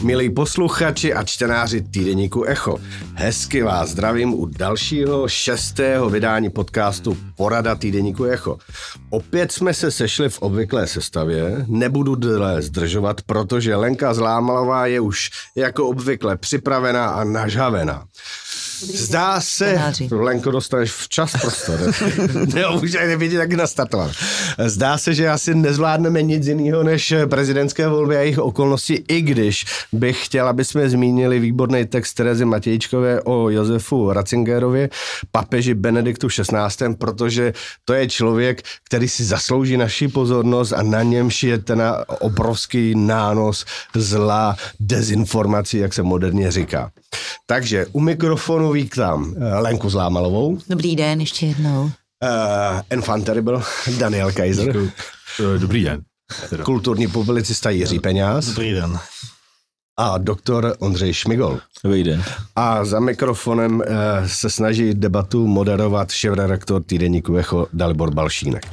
Milí posluchači a čtenáři týdeníku Echo, hezky vás zdravím u dalšího 6. vydání podcastu Porada týdeníku Echo. Opět jsme se sešli v obvyklé sestavě, nebudu déle zdržovat, protože Lenka Zlámalová je už jako obvykle připravená a nažhavená. Zdá se, Lenko, dostaneš včas prostor. Jo, už aj nevědět, jak nastartovat. Zdá se, že asi nezvládneme nic jiného než prezidentské volby a jejich okolnosti, i když bych chtěl, aby jsme zmínili výborný text Terezy Matějčkové o Josefu Ratzingerovi, papeži Benediktu XVI., protože to je člověk, který si zaslouží naši pozornost a na němž je ten obrovský nános zla, dezinformací, jak se moderně říká. Takže u mikrofonu vítám Lenku Zlámalovou. Dobrý den, ještě jednou. Enfant terrible Daniel Kaiser. Dobrý den. Kulturní publicista Jiří Peňáz. Dobrý den. A doktor Ondřej Šmigol. Dobrý den. A za mikrofonem se snaží debatu moderovat šéfredaktor týdeníku Echo Dalibor Balšínek.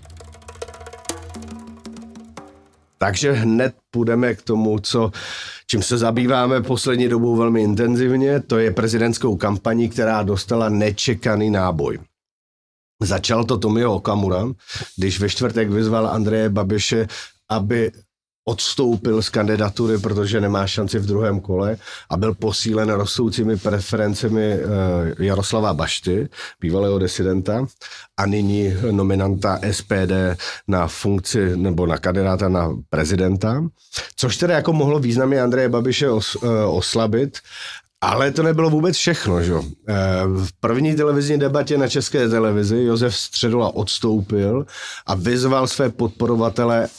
Takže hned půjdeme k tomu, čím se zabýváme poslední dobou velmi intenzivně, to je prezidentskou kampaní, která dostala nečekaný náboj. Začal to Tomio Okamura, když ve čtvrtek vyzval Andreje Babiše, aby odstoupil z kandidatury, protože nemá šanci v druhém kole a byl posílen rostoucími preferencemi Jaroslava Bašty, bývalého disidenta a nyní nominanta SPD na funkci nebo na kandidáta na prezidenta, což tedy jako mohlo významně Andreje Babiše oslabit. Ale to nebylo vůbec všechno, že? V první televizní debatě na České televizi Josef Středula odstoupil a vyzval své podporovatele,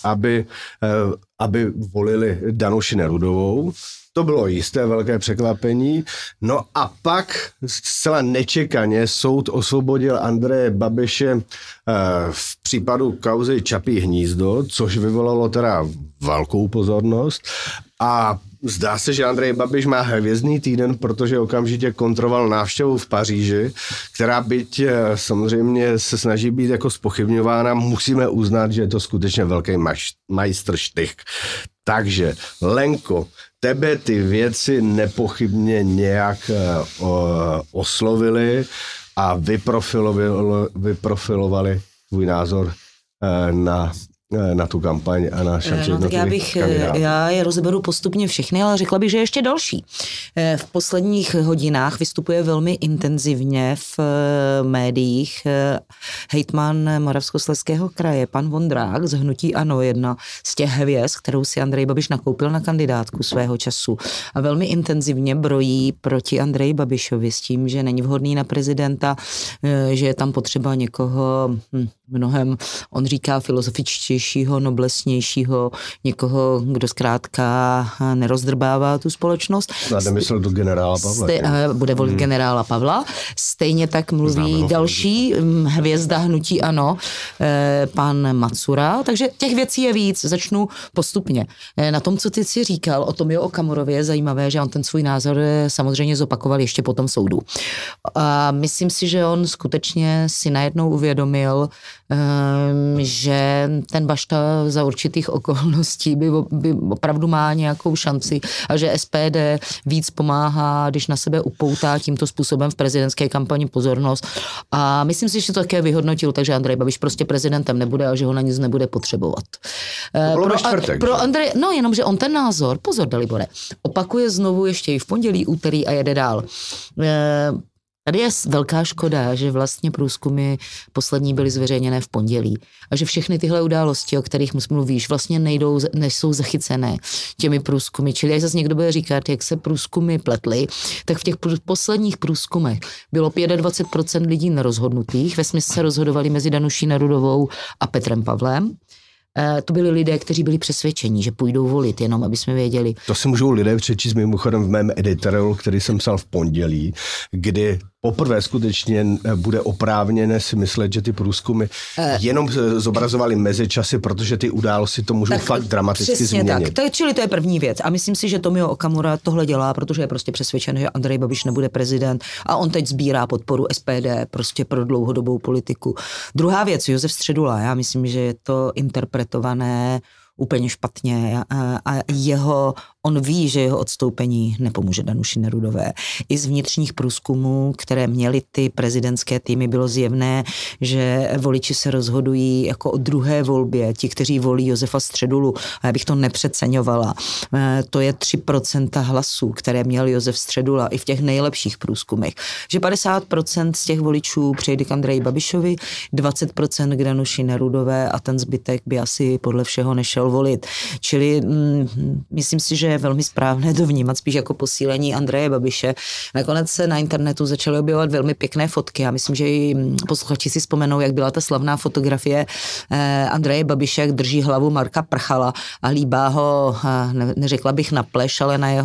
aby volili Danuši Nerudovou. To bylo jisté velké překvapení. No a pak zcela nečekaně soud osvobodil Andreje Babiše v případu kauzy Čapí hnízdo, což vyvolalo teda velkou pozornost. A zdá se, že Andrej Babiš má hvězdný týden, protože okamžitě kontroval návštěvu v Paříži, která byť samozřejmě se snaží být jako zpochybňována, musíme uznat, že je to skutečně velký majstrštych. Takže, Lenko, tebe ty věci nepochybně nějak oslovily a vyprofilovali tvůj názor na tu kampaň a na šanci jednotlivých kandidátů. Já je rozeberu postupně všechny, ale řekla bych, že ještě další. V posledních hodinách vystupuje velmi intenzivně v médiích hejtman Moravskoslezského kraje, pan Vondrák z hnutí ANO, jedna z těch hvězd, kterou si Andrej Babiš nakoupil na kandidátku svého času. A velmi intenzivně brojí proti Andreji Babišovi s tím, že není vhodný na prezidenta, že je tam potřeba někoho mnohem, on říká, filozofičtějšího, noblesnějšího, někoho, kdo zkrátka nerozdrbává tu společnost. Nemyslel do generála Pavla. Bude volit generála Pavla. Stejně tak mluví další hvězda hnutí ANO, pan Macura. Takže těch věcí je víc. Začnu postupně. Na tom, co ty si říkal o Tomio Okamurovi, je zajímavé, že on ten svůj názor samozřejmě zopakoval ještě po tom soudu. A myslím si, že on skutečně si najednou uvědomil, že ten Bašta za určitých okolností by opravdu má nějakou šanci a že SPD víc pomáhá, když na sebe upoutá tímto způsobem v prezidentské kampani pozornost. A myslím si, že to také vyhodnotil, takže Andrej Babiš prostě prezidentem nebude a že ho na nic nebude potřebovat. Jenomže on ten názor, pozor Dalibore, opakuje znovu ještě i v pondělí, úterý a jede dál. Tady je velká škoda, že vlastně průzkumy poslední byly zveřejněné v pondělí a že všechny tyhle události, o kterých mluvíš, vlastně nejsou zachycené těmi průzkumy. Čili až zase někdo bude říkat, jak se průzkumy pletly, tak v těch posledních průzkumech bylo 25% lidí nerozhodnutých, vesměs se rozhodovali mezi Danuší Nerudovou a Petrem Pavlem. To byli lidé, kteří byli přesvědčeni, že půjdou volit, jenom aby jsme věděli. To si můžou lidé přečíst mimochodem v mém editoriálu, který jsem psal v pondělí, kdy poprvé skutečně bude oprávněné si myslet, že ty průzkumy jenom zobrazovaly mezičasy, protože ty události to můžou fakt dramaticky změnit. Tak. Čili to je první věc. A myslím si, že Tomio Okamura tohle dělá, protože je prostě přesvědčen, že Andrej Babiš nebude prezident a on teď sbírá podporu SPD prostě pro dlouhodobou politiku. Druhá věc, Josef Středula, já myslím, že je to interpretované úplně špatně a on ví, že jeho odstoupení nepomůže Danuši Nerudové. I z vnitřních průzkumů, které měly ty prezidentské týmy, bylo zjevné, že voliči se rozhodují jako o druhé volbě, ti, kteří volí Josefa Středulu, a já bych to nepřeceňovala. To je 3% hlasů, které měl Josef Středula i v těch nejlepších průzkumech. Že 50% z těch voličů přejde k Andreji Babišovi, 20% k Danuši Nerudové a ten zbytek by asi podle všeho nešel volit. Čili myslím si, že je velmi správné to vnímat spíš jako posílení Andreje Babiše. Nakonec se na internetu začaly objevovat velmi pěkné fotky. Já myslím, že i posluchači si vzpomenou, jak byla ta slavná fotografie Andreje Babiše, jak drží hlavu Marka Prchala a líbá ho, neřekla bych na pleš, ale na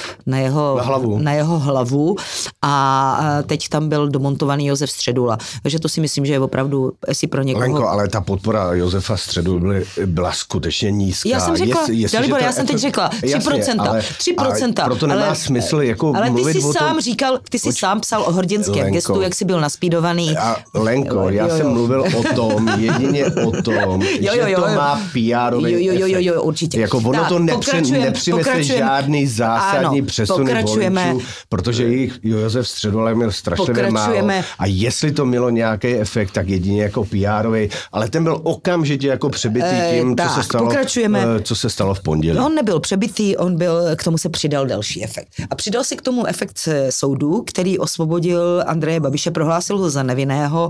jeho hlavu. A teď tam byl domontovaný Josef Středula. Takže to si myslím, že je opravdu, jestli pro někoho... Lenko, ale ta podpora Josefa Středuly byla skutečně nízká. Já jsem řekla, Dalibor, já jsem teď řekla 3%. Ale 3%. Proto nemá smysl jako ale mluvit ty jsi o tom... sám říkal, ty jsi sám psal o hrdinském gestu, jak jsi byl naspídovaný. Lenko, já jsem mluvil jedině o tom, že to má PR-ový efekt. Určitě. Jako ono to nepřinese žádný zásadní přesuny voličů, protože jich Josef Středula měl strašlivě málo. A jestli to mělo nějaký efekt, tak jedině jako PR-ový, ale ten byl okamžitě jako přebitý tím, co se stalo v pondělí. On nebyl přebitý, k tomu se přidal další efekt. A přidal se k tomu efekt soudu, který osvobodil Andreje Babiše, prohlásil ho za nevinného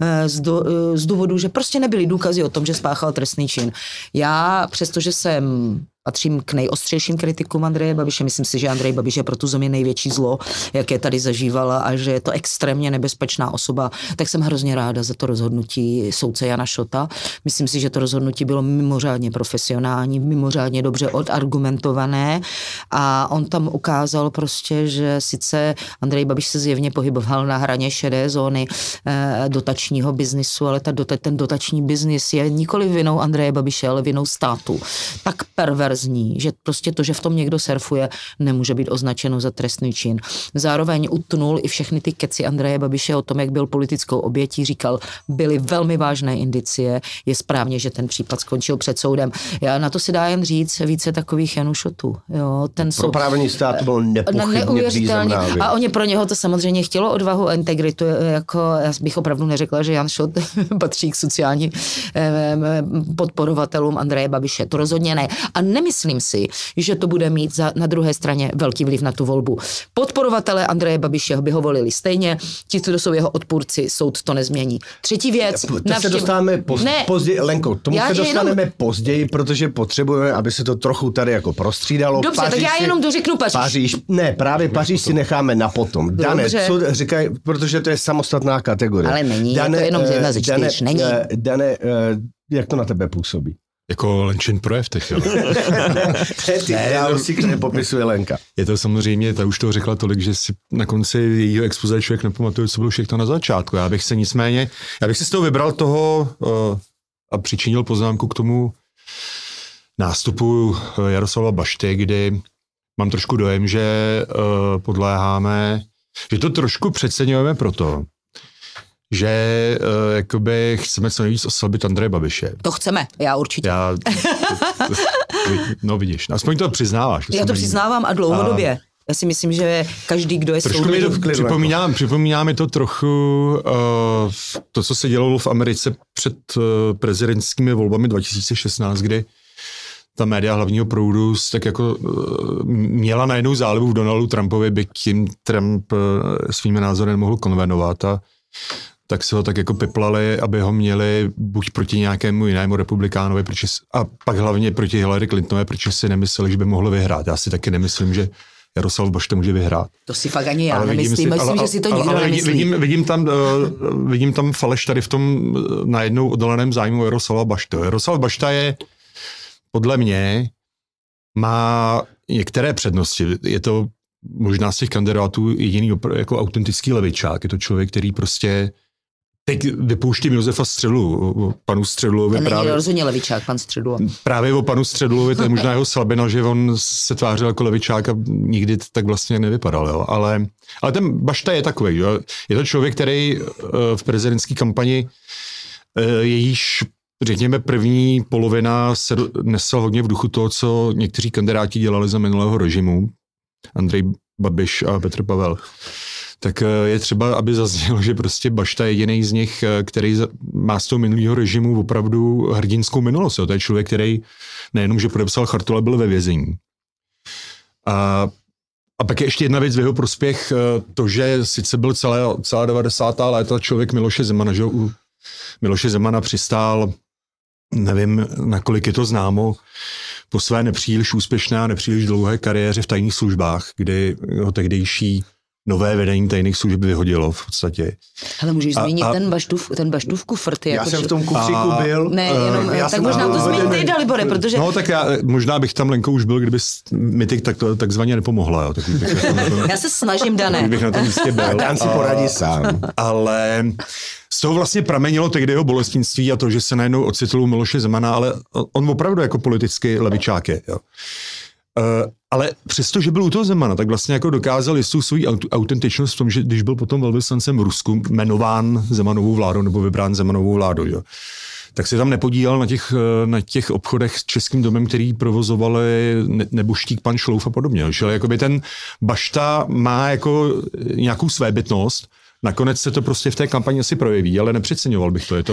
z důvodu, že prostě nebyly důkazy o tom, že spáchal trestný čin. Já, přestože patřím k nejostřejším kritikům Andreje Babiše. Myslím si, že Andrej Babiš je pro tu zemi největší zlo, jaké tady zažívala a že je to extrémně nebezpečná osoba. Tak jsem hrozně ráda za to rozhodnutí soudce Jana Šota. Myslím si, že to rozhodnutí bylo mimořádně profesionální, mimořádně dobře odargumentované a on tam ukázal prostě, že sice Andrej Babiš se zjevně pohyboval na hraně šedé zóny dotačního biznisu, ale ten dotační biznis je nikoli vinou Andreje Babiše, ale vinou státu. Tak perverzní, že prostě to, že v tom někdo surfuje, nemůže být označeno za trestný čin. Zároveň utnul i všechny ty keci Andreje Babiše o tom, jak byl politickou obětí, říkal, byly velmi vážné indicie, je správně, že ten případ skončil před soudem. Já na to si dá jen říct více takových Janu Šotů. Jo, ten pro právní stát byl nepochybně přízemná. A oni pro něho to samozřejmě chtělo odvahu a integritu, jako já bych opravdu neřekla, že Jan Šot patří k sociálním podporovatelům Andreje Babiše. To rozhodně ne. A nemyslím si, že to bude mít na druhé straně velký vliv na tu volbu. Podporovatelé Andreje Babiše by ho volili stejně, ti, co jsou jeho odpůrci, soud to nezmění. Třetí věc. To se dostáváme později, Lenko, tomu se dostaneme později, protože potřebujeme, aby se to trochu tady jako prostřídalo. Dobře, tak já jenom dořeknu Paříž. Právě Paříž si necháme na potom. Dane, co říkají, protože to je samostatná kategorie. Ale není, Dane, je to jenom jedna ze čtyř, není. Dane, jak to na tebe působí? Jako Lenčin projev teď, jo. Ty nepopisuje Lenka. Je to samozřejmě, ta už toho řekla tolik, že si na konci jejího expoze člověk nepamatuje, co bylo všechno na začátku. Já bych si z toho vybral toho a přičinil poznámku k tomu nástupu Jaroslava Bašty, kdy mám trošku dojem, že podléháme, že to trošku přeceňujeme proto, že jakoby chceme co nejvíc oslabit Andreje Babiše. To chceme, já určitě. No vidíš, aspoň to přiznáváš. Já to přiznávám a dlouhodobě. Já si myslím, že každý, kdo je soudný... Připomíná mi to trochu to, co se dělalo v Americe před prezidentskými volbami 2016, kdy ta média hlavního proudu tak jako měla najednou zálibu v Donaldu Trumpovi, by tím Trump svými názory nemohl konvenovat a tak se ho tak jako piplali, aby ho měli buď proti nějakému jinému republikánovi, a pak hlavně proti Hillary Clintonové, protože si nemysleli, že by mohl vyhrát. Já si taky nemyslím, že Jaroslav Bašta může vyhrát. To si fakt ani já nemyslím. Myslím, že si to nikdo nemyslí. Vidím tam faleš tady v tom najednou oddaleném zájmu Jaroslava Bašta. Jaroslav Bašta je, podle mě, má některé přednosti. Je to možná z těch kandidátů jediný jako autentický levičák. Je to člověk, který prostě teď vypouštím Josefa Středulu, panu Středulovi. Ten není rozhodně levičák, pan Středula. Právě o panu Středulovi, to je možná jeho slabina, že on se tvářil jako levičák a nikdy tak vlastně nevypadal. Jo? Ale ten Bašta je takový. Jo? Je to člověk, který v prezidentské kampani jejíž řekněme, první polovina se nesla hodně v duchu toho, co někteří kandidáti dělali za minulého režimu, Andrej Babiš a Petr Pavel. Tak je třeba, aby zaznělo, že prostě Bašta je jediný z nich, který má z toho minulého režimu opravdu hrdinskou minulost. To je člověk, který nejenom, že podepsal chartu, ale byl ve vězení. A pak je ještě jedna věc v jeho prospěch, to, že sice byl celá 90. léta člověk Miloše Zemana, že u Miloše Zemana přistál, nevím, nakolik je to známo, po své nepříliš úspěšné a nepříliš dlouhé kariéře v tajných službách, kdy ho tehdejší nové vedení tajných služeb vyhodilo v podstatě. Ale můžeš zmínit ten Baštův kufr. Já jsem v tom kufříku byl. Ne, jenom, tak možná to zmíní ty, Dalibore, protože... No tak možná bych tam, Lenko, už byl, kdyby mi ty takzvaně nepomohla. Jo. Já se snažím, Dané. Bych na tom místě byl. Dan si poradí sám. Ale z toho vlastně pramenilo tehdy jeho bolestnictví a to, že se najednou ocitl u Miloše Zemana, ale on opravdu jako politický levičák je. Jo. Ale přesto, že byl u toho Zemana, tak vlastně jako dokázal jistou svou autentičnost v tom, že když byl potom velvyslancem v Rusku jmenován Zemanovou vládou nebo vybrán Zemanovou vládou, jo, tak se tam nepodílel na těch obchodech s Českým domem, který provozovali Neboštík, pan Šlouf a podobně. Čili jakoby ten Bašta má jako nějakou svébytnost. Nakonec se to prostě v té kampani asi projeví, ale nepřeceňoval bych to. Je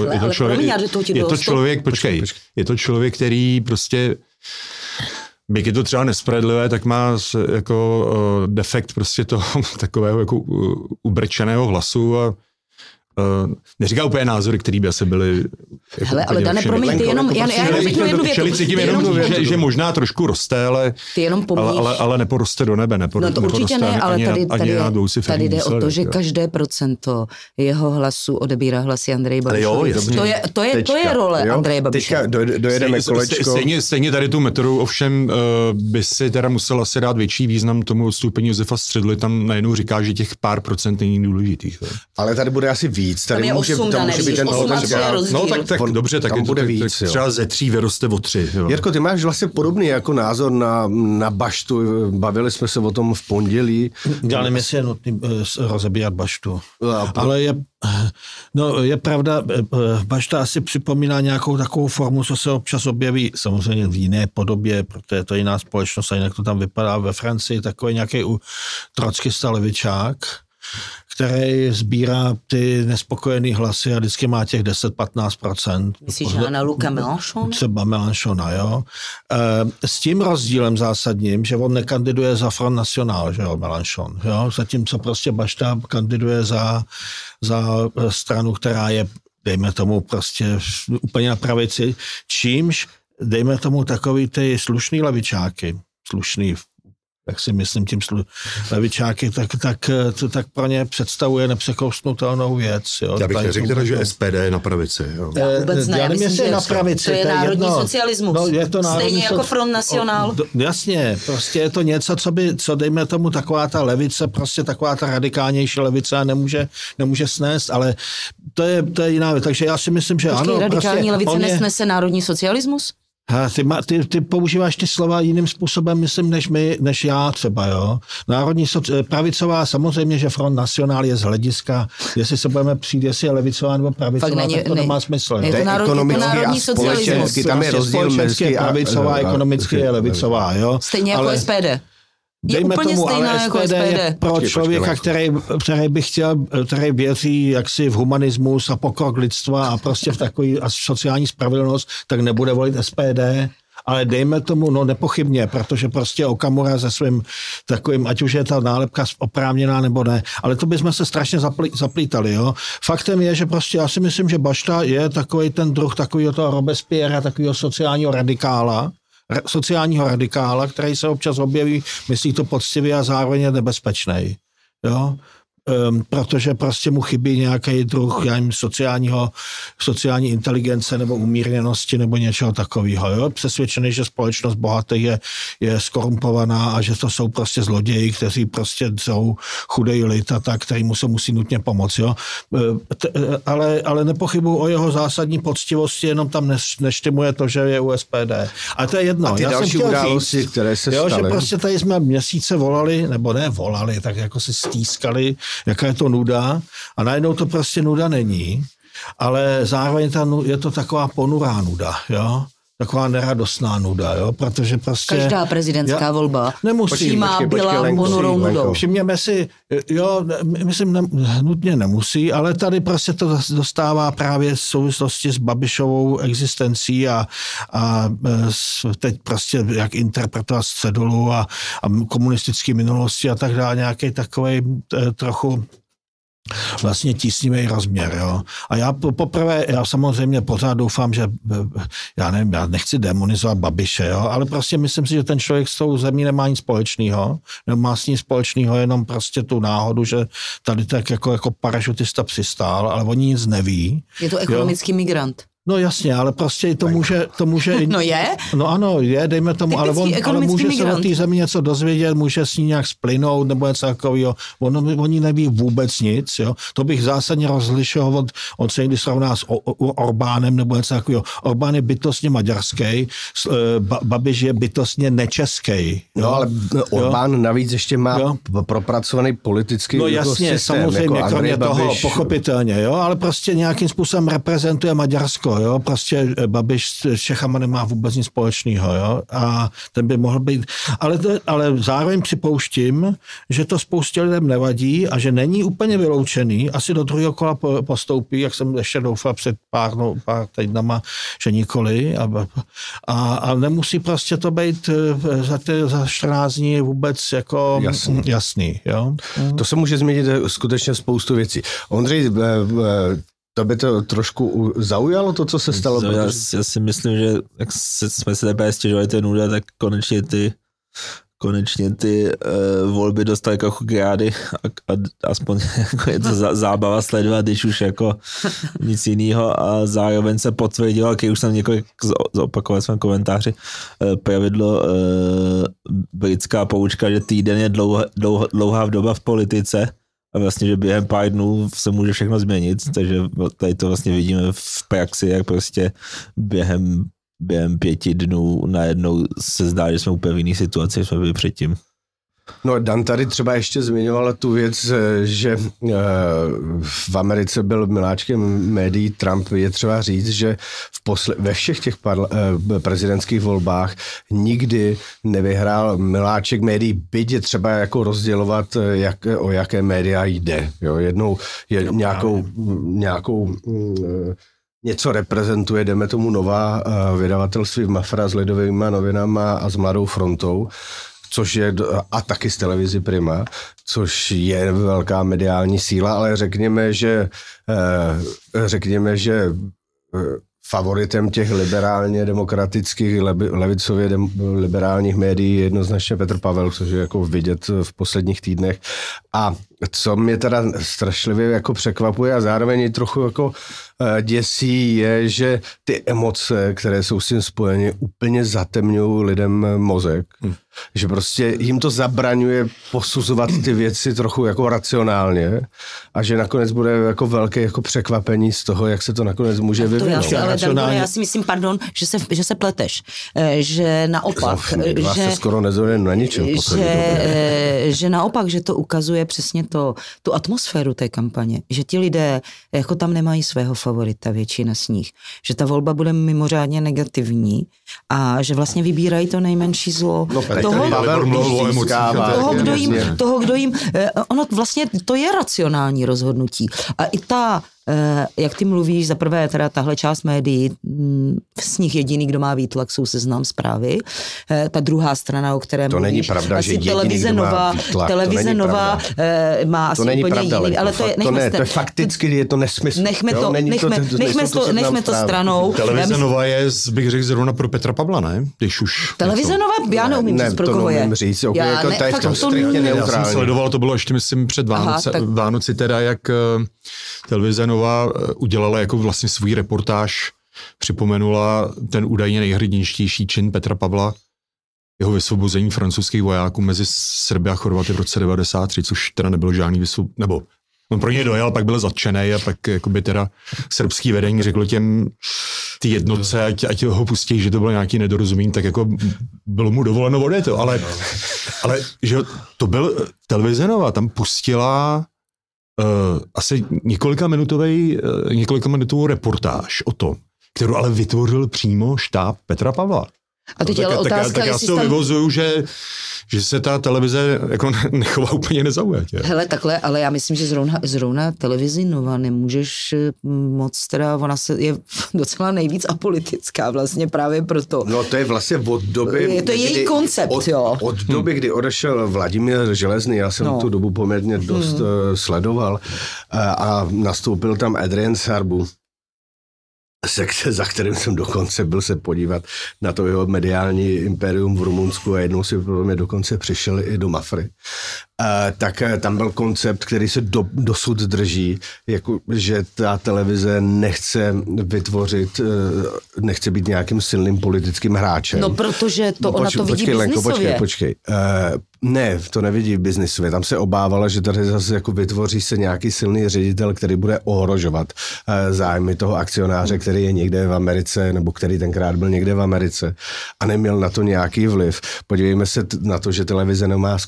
to člověk, který prostě, byť je to třeba nespravedlivé, tak má jako defekt prostě toho takového jako ubrečeného hlasu a neříká úplně názory, který by asi byli... Jako hele, ale Dane, promiň, ty jenom... Já řeknu jednu větu. Cítím jenom, že možná trošku roste, ale neporoste do nebe. No to určitě ne, ale tady jde o to, že každé procento jeho hlasu odebírá hlasy Andreje Babišovi. To je role Andreje Babiše. Teďka dojedeme kolečko. Stejně tady tu metodou, ovšem by si teda musel asi dát větší význam tomu odstoupení Josefa Středly, tam najednou říká, že těch pár procent není důležitých. Ale tady bude asi víc. Tady může být ten no tak dobře, tak tam bude víc. Třeba ze 3 vyroste o 3. Jo. Jirko, ty máš vlastně podobný jako názor na Baštu. Bavili jsme se o tom v pondělí. Já nevím, jestli je nutný rozebírat Baštu. Ale je pravda, Bašta asi připomíná nějakou takovou formu, co se občas objeví, samozřejmě v jiné podobě, protože je to jiná společnost a jinak to tam vypadá ve Francii, takový nějaký trockista levičák, který sbírá ty nespokojený hlasy a vždycky má těch 10-15%. Myslíš, že na Luca Mélenchon? Třeba Mélenchona, jo. S tím rozdílem zásadním, že on nekandiduje za Front National, že jo, Mélenchon, jo. Zatímco prostě Bašta kandiduje za stranu, která je, dejme tomu, prostě úplně na pravici, čímž, dejme tomu, takový ty slušný levičáky, slušný jak si myslím tím levičáky, tak pro ně představuje nepřekousnutelnou věc. Jo. Já bych neřekl teda, že SPD je na pravici. Jo. Já vůbec ne, já myslím, že na pravici, to je národní socialismus. No, je to stejně jako Front National. Jasně, prostě je to něco, co dejme tomu taková ta levice, prostě taková ta radikálnější levice nemůže snést, ale to je jiná věc. Takže já si myslím, že ano. Radikální levice nesnese národní socialismus? Ty používáš ty slova jiným způsobem, myslím, než já třeba, jo. Národní pravicová, samozřejmě, že Front National je z hlediska, jestli se budeme přijít, jestli je levicová nebo pravicová, tak to nemá smysl. Je to národní socialismus. Tam je rozdíl mezi pravicová, ekonomicky je levicová, jo. Stejně jako SPD. Dejme tomu, ale SPD je pro člověka, který věří jaksi v humanismus a pokrok lidstva a prostě v takový a sociální spravedlnost, tak nebude volit SPD, ale dejme tomu, no nepochybně, protože prostě Okamura se svým takovým, ať už je ta nálepka oprávněná nebo ne, ale to bychom se strašně zaplítali, jo. Faktem je, že prostě já si myslím, že Bašta je takový ten druh takového toho Robespierre, takového sociálního radikála, který se občas objeví, myslí to poctivě a zároveň je nebezpečný. Jo? Protože prostě mu chybí nějaký druh sociální inteligence nebo umírněnosti nebo něčeho takového. Jo? Přesvědčený, že společnost bohatých je skorumpovaná a že to jsou prostě zloději, kteří prostě jsou chudej lid a tak, kterýmu se musí nutně pomoct. Jo? Ale nepochybuji o jeho zásadní poctivosti, jenom tam neštimuje to, že je u SPD. A to je jedno. A ty další události, které se staly. Že prostě tady jsme měsíce volali, nebo ne volali, tak jako si stýskali, jaká je to nuda a najednou to prostě nuda není. ale zároveň je to taková ponurá nuda, jo. Taková neradostná nuda, jo, protože prostě... Každá prezidentská volba nemusí. byla ponurou nudou. Všimněme si, jo, myslím, nutně nemusí, ale tady prostě to dostává právě v souvislosti s Babišovou existencí a teď prostě jak interpretovat středolu a komunistické minulosti a tak dále, nějaký takovej trochu vlastně tísnivý rozměr, jo. A já samozřejmě pořád doufám, že já nevím, já nechci demonizovat Babiše, jo, ale prostě myslím si, že ten člověk s tou zemí nemá nic společného, nemá s ní společného jenom prostě tu náhodu, že tady tak jako parašutista přistál, ale oni nic neví. Je to ekonomický migrant. No jasně, ale prostě to může... No je? No ano, je, dejme tomu, ale může se o té zemi něco dozvědět, může s ní nějak splynout nebo něco takového. Oni neví vůbec nic, jo. To bych zásadně rozlišoval od se někdy srovná s Orbánem nebo něco takového. Orbán je bytostně maďarský, Babiš je bytostně nečeský. No ale Orbán navíc ještě má propracovaný politický no jasně, systém, samozřejmě, jako kromě Babiš, toho, pochopitelně, jo, ale prostě nějakým způsobem reprezentuje Maďarsko. Jo, prostě Babiš s Čechama nemá vůbec nic společného, jo, a ten by mohl být, ale zároveň připouštím, že to spoustě lidem nevadí a že není úplně vyloučený, asi do druhého kola postoupí, jak jsem ještě doufal před pár týdnama, že nikoli a nemusí prostě to být za 14 dní vůbec jako jasný, jo. To se může změnit skutečně spoustu věcí. Ondřej, to by to trošku zaujalo, to, co se stalo? Já si myslím, že jak jsme se teprve stěžovali ten nuda, tak konečně ty volby dostaly jako grády a aspoň jako je to zábava sledovat, když už jako nic jiného a zároveň se potvrdilo, jak už jsem několik zopakoval v svém komentáři, pravidlo britská poučka, že týden je dlouhá doba v politice a vlastně, že během pár dnů se může všechno změnit, takže tady to vlastně vidíme v praxi, jak prostě během 5 dnů najednou se zdá, že jsme úplně v jiný situaci, jak jsme byli předtím. No Dan tady třeba ještě zmiňoval tu věc, že v Americe byl miláčkem médií Trump. Je třeba říct, že ve všech těch prezidentských volbách nikdy nevyhrál miláček médií, byť je třeba jako rozdělovat, o jaké média jde. Jo, jednou je nějakou něco reprezentuje, jdeme tomu Nová vydavatelství Mafra s Lidovými novinama a s Mladou frontou, což je, a taky z televizi Prima, což je velká mediální síla, ale řekněme, že favoritem těch liberálně demokratických, levicově liberálních médií je jednoznačně Petr Pavel, což je jako vidět v posledních týdnech. A co mě teda strašlivě jako překvapuje a zároveň i trochu jako děsí, je, že ty emoce, které jsou s tím spojeny, úplně zatemňují lidem mozek. Že prostě jim to zabraňuje posuzovat ty věci trochu jako racionálně a že nakonec bude jako velké jako překvapení z toho, jak se to nakonec může vyvinout. Já si myslím, pardon, že se pleteš. Že naopak. Vás se skoro nezhodneme na ničem. Že naopak, že to ukazuje přesně tu atmosféru té kampaně. Že ti lidé jako tam nemají svého favorita, většina z nich. Že ta volba bude mimořádně negativní a že vlastně vybírají to nejmenší zlo. Toho, kdo jim, ono vlastně to je racionální rozhodnutí. A i ta, jak ty mluvíš, za prvé teda tahle část médií, z nich jediný, kdo má výtlak, jsou Seznam Zprávy. Ta druhá strana, o které to mluvíš, není pravda, že televize Nová, televize Nová má asi úplně pravda, jiný, ale to je, to je fakticky, je to nesmysl. Nechme to stranou. Televize Nová je, bych řekl, zrovna pro Petra Pavla, ne? Když už... Televize Nová, já neumím říct, pro koho je. Říct, já jsem sledoval, to bylo ještě, myslím, před Vánoci teda, jak televize Nová udělala jako vlastně svůj reportáž, připomenula ten údajně nejhrdinštější čin Petra Pavla, jeho vysvobození francouzských vojáků mezi Srby a Chorvaty v roce 1993, což teda nebylo žádný nebo on pro ně dojel, pak byl zatčenej a pak jakoby teda srbský vedení řeklo ty jednotce, ať ho pustí, že to bylo nějaký nedorozumění, tak jako bylo mu dovoleno odjet to, ale že to byl televize Nová, tam pustila asi několikaminutovou reportáž o tom, kterou ale vytvořil přímo štáb Petra Pavla. A teď ale otázka, tak já si to vyvozuju, že se ta televize jako nechová úplně nezaujatě. Hele, takhle, ale já myslím, že zrovna televizi Nova nemůžeš moc, teda ona je docela nejvíc apolitická vlastně právě proto. No to je vlastně od doby... Je to její koncept, jo. Od doby, kdy odešel Vladimír Železný, já jsem tu dobu poměrně dost sledoval a nastoupil tam Adrian Sarbu, za kterým jsem dokonce byl se podívat na to jeho mediální impérium v Rumunsku a jednou si pro mě dokonce přišel i do Mafry. Tak tam byl koncept, který se dosud drží, jako, že ta televize nechce vytvořit, nechce být nějakým silným politickým hráčem. No protože ona to vidí biznisově. Počkej. Ne, to nevidí biznisově. Tam se obávala, že tady zase jako vytvoří se nějaký silný ředitel, který bude ohrožovat zájmy toho akcionáře, který je někde v Americe, nebo který tenkrát byl někde v Americe a neměl na to nějaký vliv. Podívejme se na to, že televize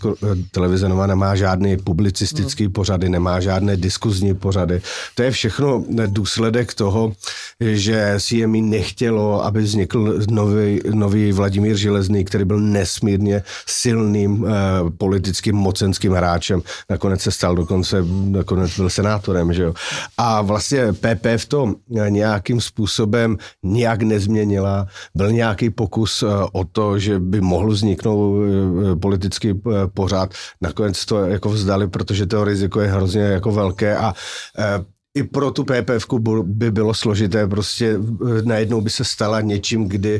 Nova nemá žádný publicistický pořady, nemá žádné diskuzní pořady. To je všechno důsledek toho, že CME nechtělo, aby vznikl nový Vladimír Železný, který byl nesmírně silným politickým mocenským hráčem. Nakonec se stal nakonec byl senátorem, že jo. A vlastně PPF to nějakým způsobem nějak nezměnila. Byl nějaký pokus o to, že by mohl vzniknout politický pořad. Nakonec to jako vzdali, protože to riziko je hrozně jako velké a i pro tu PPFku by bylo složité, prostě najednou by se stala něčím, kdy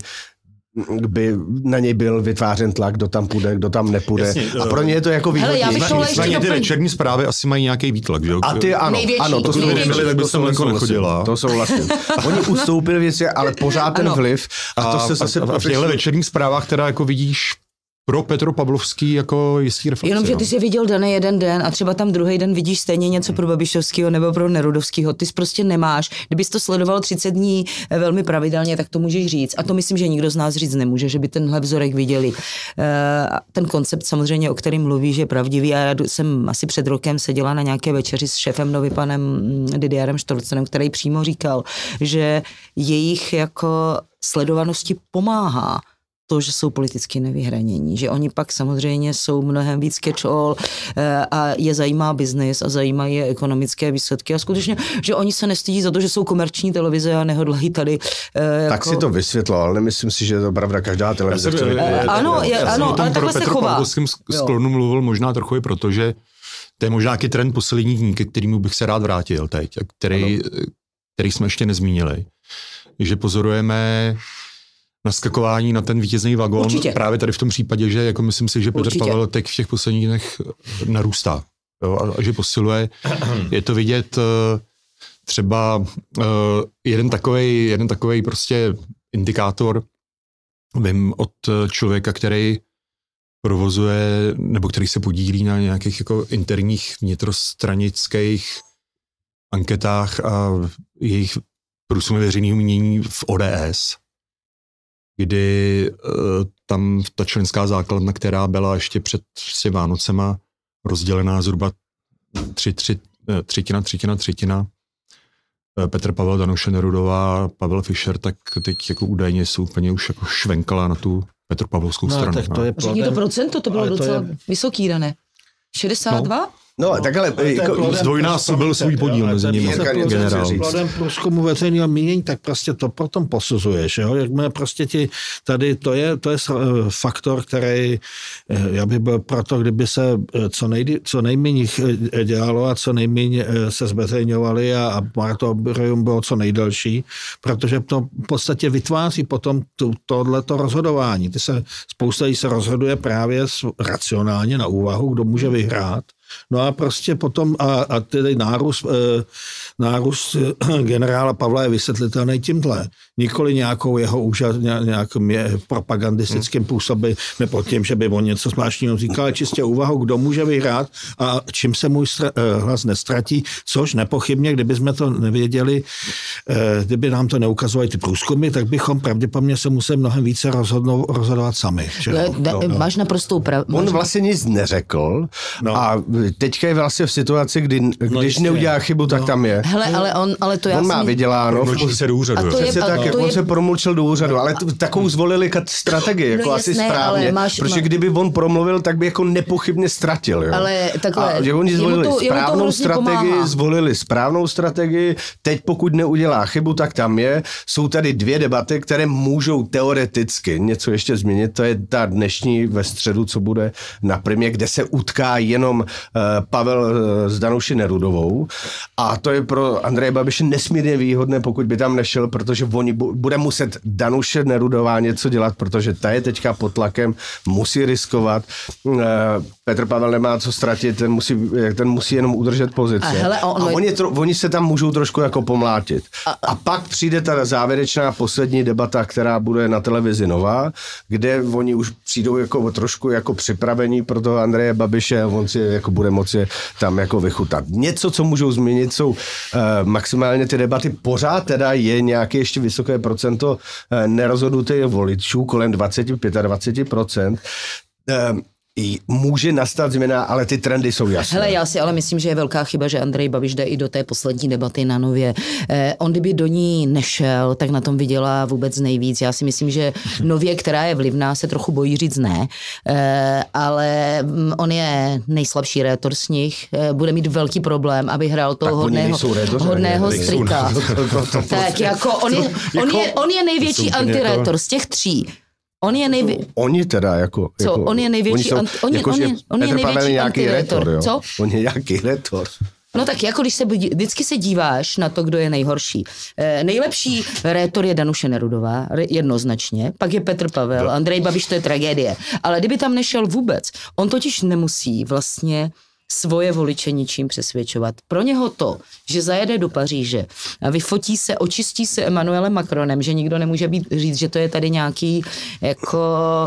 by na něj byl vytvářen tlak, kdo tam půjde, kdo tam nepůjde. Jasně, a pro ně je to jako výhodný. Nicméně ty večerní zprávy asi mají nějaký výtlak. Jo? A ty ano, to jsou nebyly, tak by jsem jako nechodila. To jsou vlastně. Oni ustoupili věci, ale pořád ten vliv. A to se zase v těchto večerních zprávách teda jako vidíš pro Petropavlovský jako jistý reflex. Jenomže ty jsi viděl daný jeden den a třeba tam druhý den vidíš stejně něco pro Babišovského nebo pro Nerudovského. Ty jsi prostě nemáš. Kdybys to sledoval 30 dní velmi pravidelně, tak to můžeš říct. A to myslím, že nikdo z nás říct nemůže, že by tenhle vzorek viděli. Ten koncept samozřejmě, o kterém mluvíš, je pravdivý. A já jsem asi před rokem seděla na nějaké večeři s šéfem Novy panem Didierem Štorcenem, který přímo říkal, že jejich jako sledovanosti pomáhá to, že jsou politicky nevyhranění, že oni pak samozřejmě jsou mnohem víc catch-all a je zajímá biznis a zajímají je ekonomické výsledky a skutečně, že oni se nestydí za to, že jsou komerční televize a nehodlají tady tak si to vysvětloval, ale nemyslím si, že je to pravda, každá televize. Ano, ale takhle se chová. Petropavlovském sklonu mluvil možná trochu i proto, že to je možná nějaký trend posledních dní, ke kterému bych se rád vrátil teď, který jsme ještě nezmínili. Že pozorujeme naskakování na ten vítězný vagon. Určitě. Právě tady v tom případě, že jako myslím si, že Petr Pavel teď v těch posledních dnech narůstá. Jo, a že posiluje. Je to vidět třeba jeden takovej prostě indikátor, vím od člověka, který provozuje, nebo který se podílí na nějakých jako interních vnitrostranických anketách a jejich průzkumy veřejného mínění v ODS, kdy tam ta členská základna, která byla ještě před Vánocema rozdělená zhruba třetina, Petr Pavel, Danuše Nerudová, Pavel Fischer, tak teď jako údajně jsou úplně už jako švenkala na tu Petropavlovskou stranu. Tak to je řekni to procento, to bylo docela vysoký, Dané. 62? No, tak ale zdvojnásobil svůj podíl mezi nimi generál. Plodem průzkumu veřejného mínění, tak prostě to potom posuzuješ, jo? Jakmile prostě tady to je faktor, který já bych byl proto, kdyby se co nejméně dělalo a co nejméně se zveřejňovali a moratorium bylo co nejdelší, protože to v podstatě vytváří potom tohleto rozhodování. Spousta lidí se rozhoduje právě racionálně na úvahu, kdo může vyhrát. No a prostě potom a tedy nárůst generála Pavla je vysvětlitelný tímhle. Nikoli nějakou jeho nějakým propagandistickým působem, nebo tím, že by on něco zvláštního říkal, ale čistě úvahu, kdo může vyhrát a čím se můj hlas nestratí, což nepochybně, kdyby jsme to nevěděli, kdyby nám to neukazovaly ty průzkumy, tak bychom pravděpodobně se museli mnohem více rozhodovat sami. Máš naprostou pravdu. On vlastně nic neřekl a teďka je vlastně v situaci, když neudělá chybu, tak tam je. Hele, ale to já on má vyděláno. Promlčí se do úřadu. On se promlčil do úřadu, ale takovou zvolili strategii, jako asi správně, protože kdyby on promluvil, tak by jako nepochybně ztratil. Jo? Ale takhle, a že oni zvolili správnou strategii, teď pokud neudělá chybu, tak tam je. Jsou tady dvě debaty, které můžou teoreticky něco ještě změnit, to je ta dnešní ve středu, co bude na Primě, kde se utká jenom Pavel s Danuší Nerudovou a to je pro Andreje Babiše nesmírně výhodné, pokud by tam nešel, protože oni bude muset Danuše Nerudová něco dělat, protože ta je teďka pod tlakem, musí riskovat. Petr Pavel nemá co ztratit, ten musí jenom udržet pozici. Oni se tam můžou trošku jako pomlátit. A pak přijde ta závěrečná poslední debata, která bude na televizi Nová, kde oni už přijdou jako trošku jako připravení pro toho Andreje Babiše a on si jako bude moci tam jako vychutat. Něco, co můžou změnit, jsou maximálně ty debaty. Pořád teda je nějaké ještě vysoké procento nerozhodnutých voličů, kolem 20-25%. Může nastat změna, ale ty trendy jsou jasné. Hele, já si ale myslím, že je velká chyba, že Andrej Babiš jde i do té poslední debaty na Nově. On kdyby do ní nešel, tak na tom vydělá vůbec nejvíc. Já si myslím, že Nově, která je vlivná, se trochu bojí říct ne, ale on je nejslabší rétor z nich, bude mít velký problém, aby hrál toho hodného strika. Tak jako on je největší antirétor z těch tří. Oni teda jako... Co? On je největší... On je největší antirétor. Co? On je nějaký rétor. No tak jako když vždycky se díváš na to, kdo je nejhorší. Nejlepší rétor je Danuše Nerudová, jednoznačně, pak je Petr Pavel, Andrej Babiš, to je tragédie. Ale kdyby tam nešel vůbec, on totiž nemusí vlastně svoje voliče ničím přesvědčovat. Pro něho to, že zajede do Paříže a vyfotí se, očistí se Emmanuelem Macronem, že nikdo nemůže říct, že to je tady nějaký jako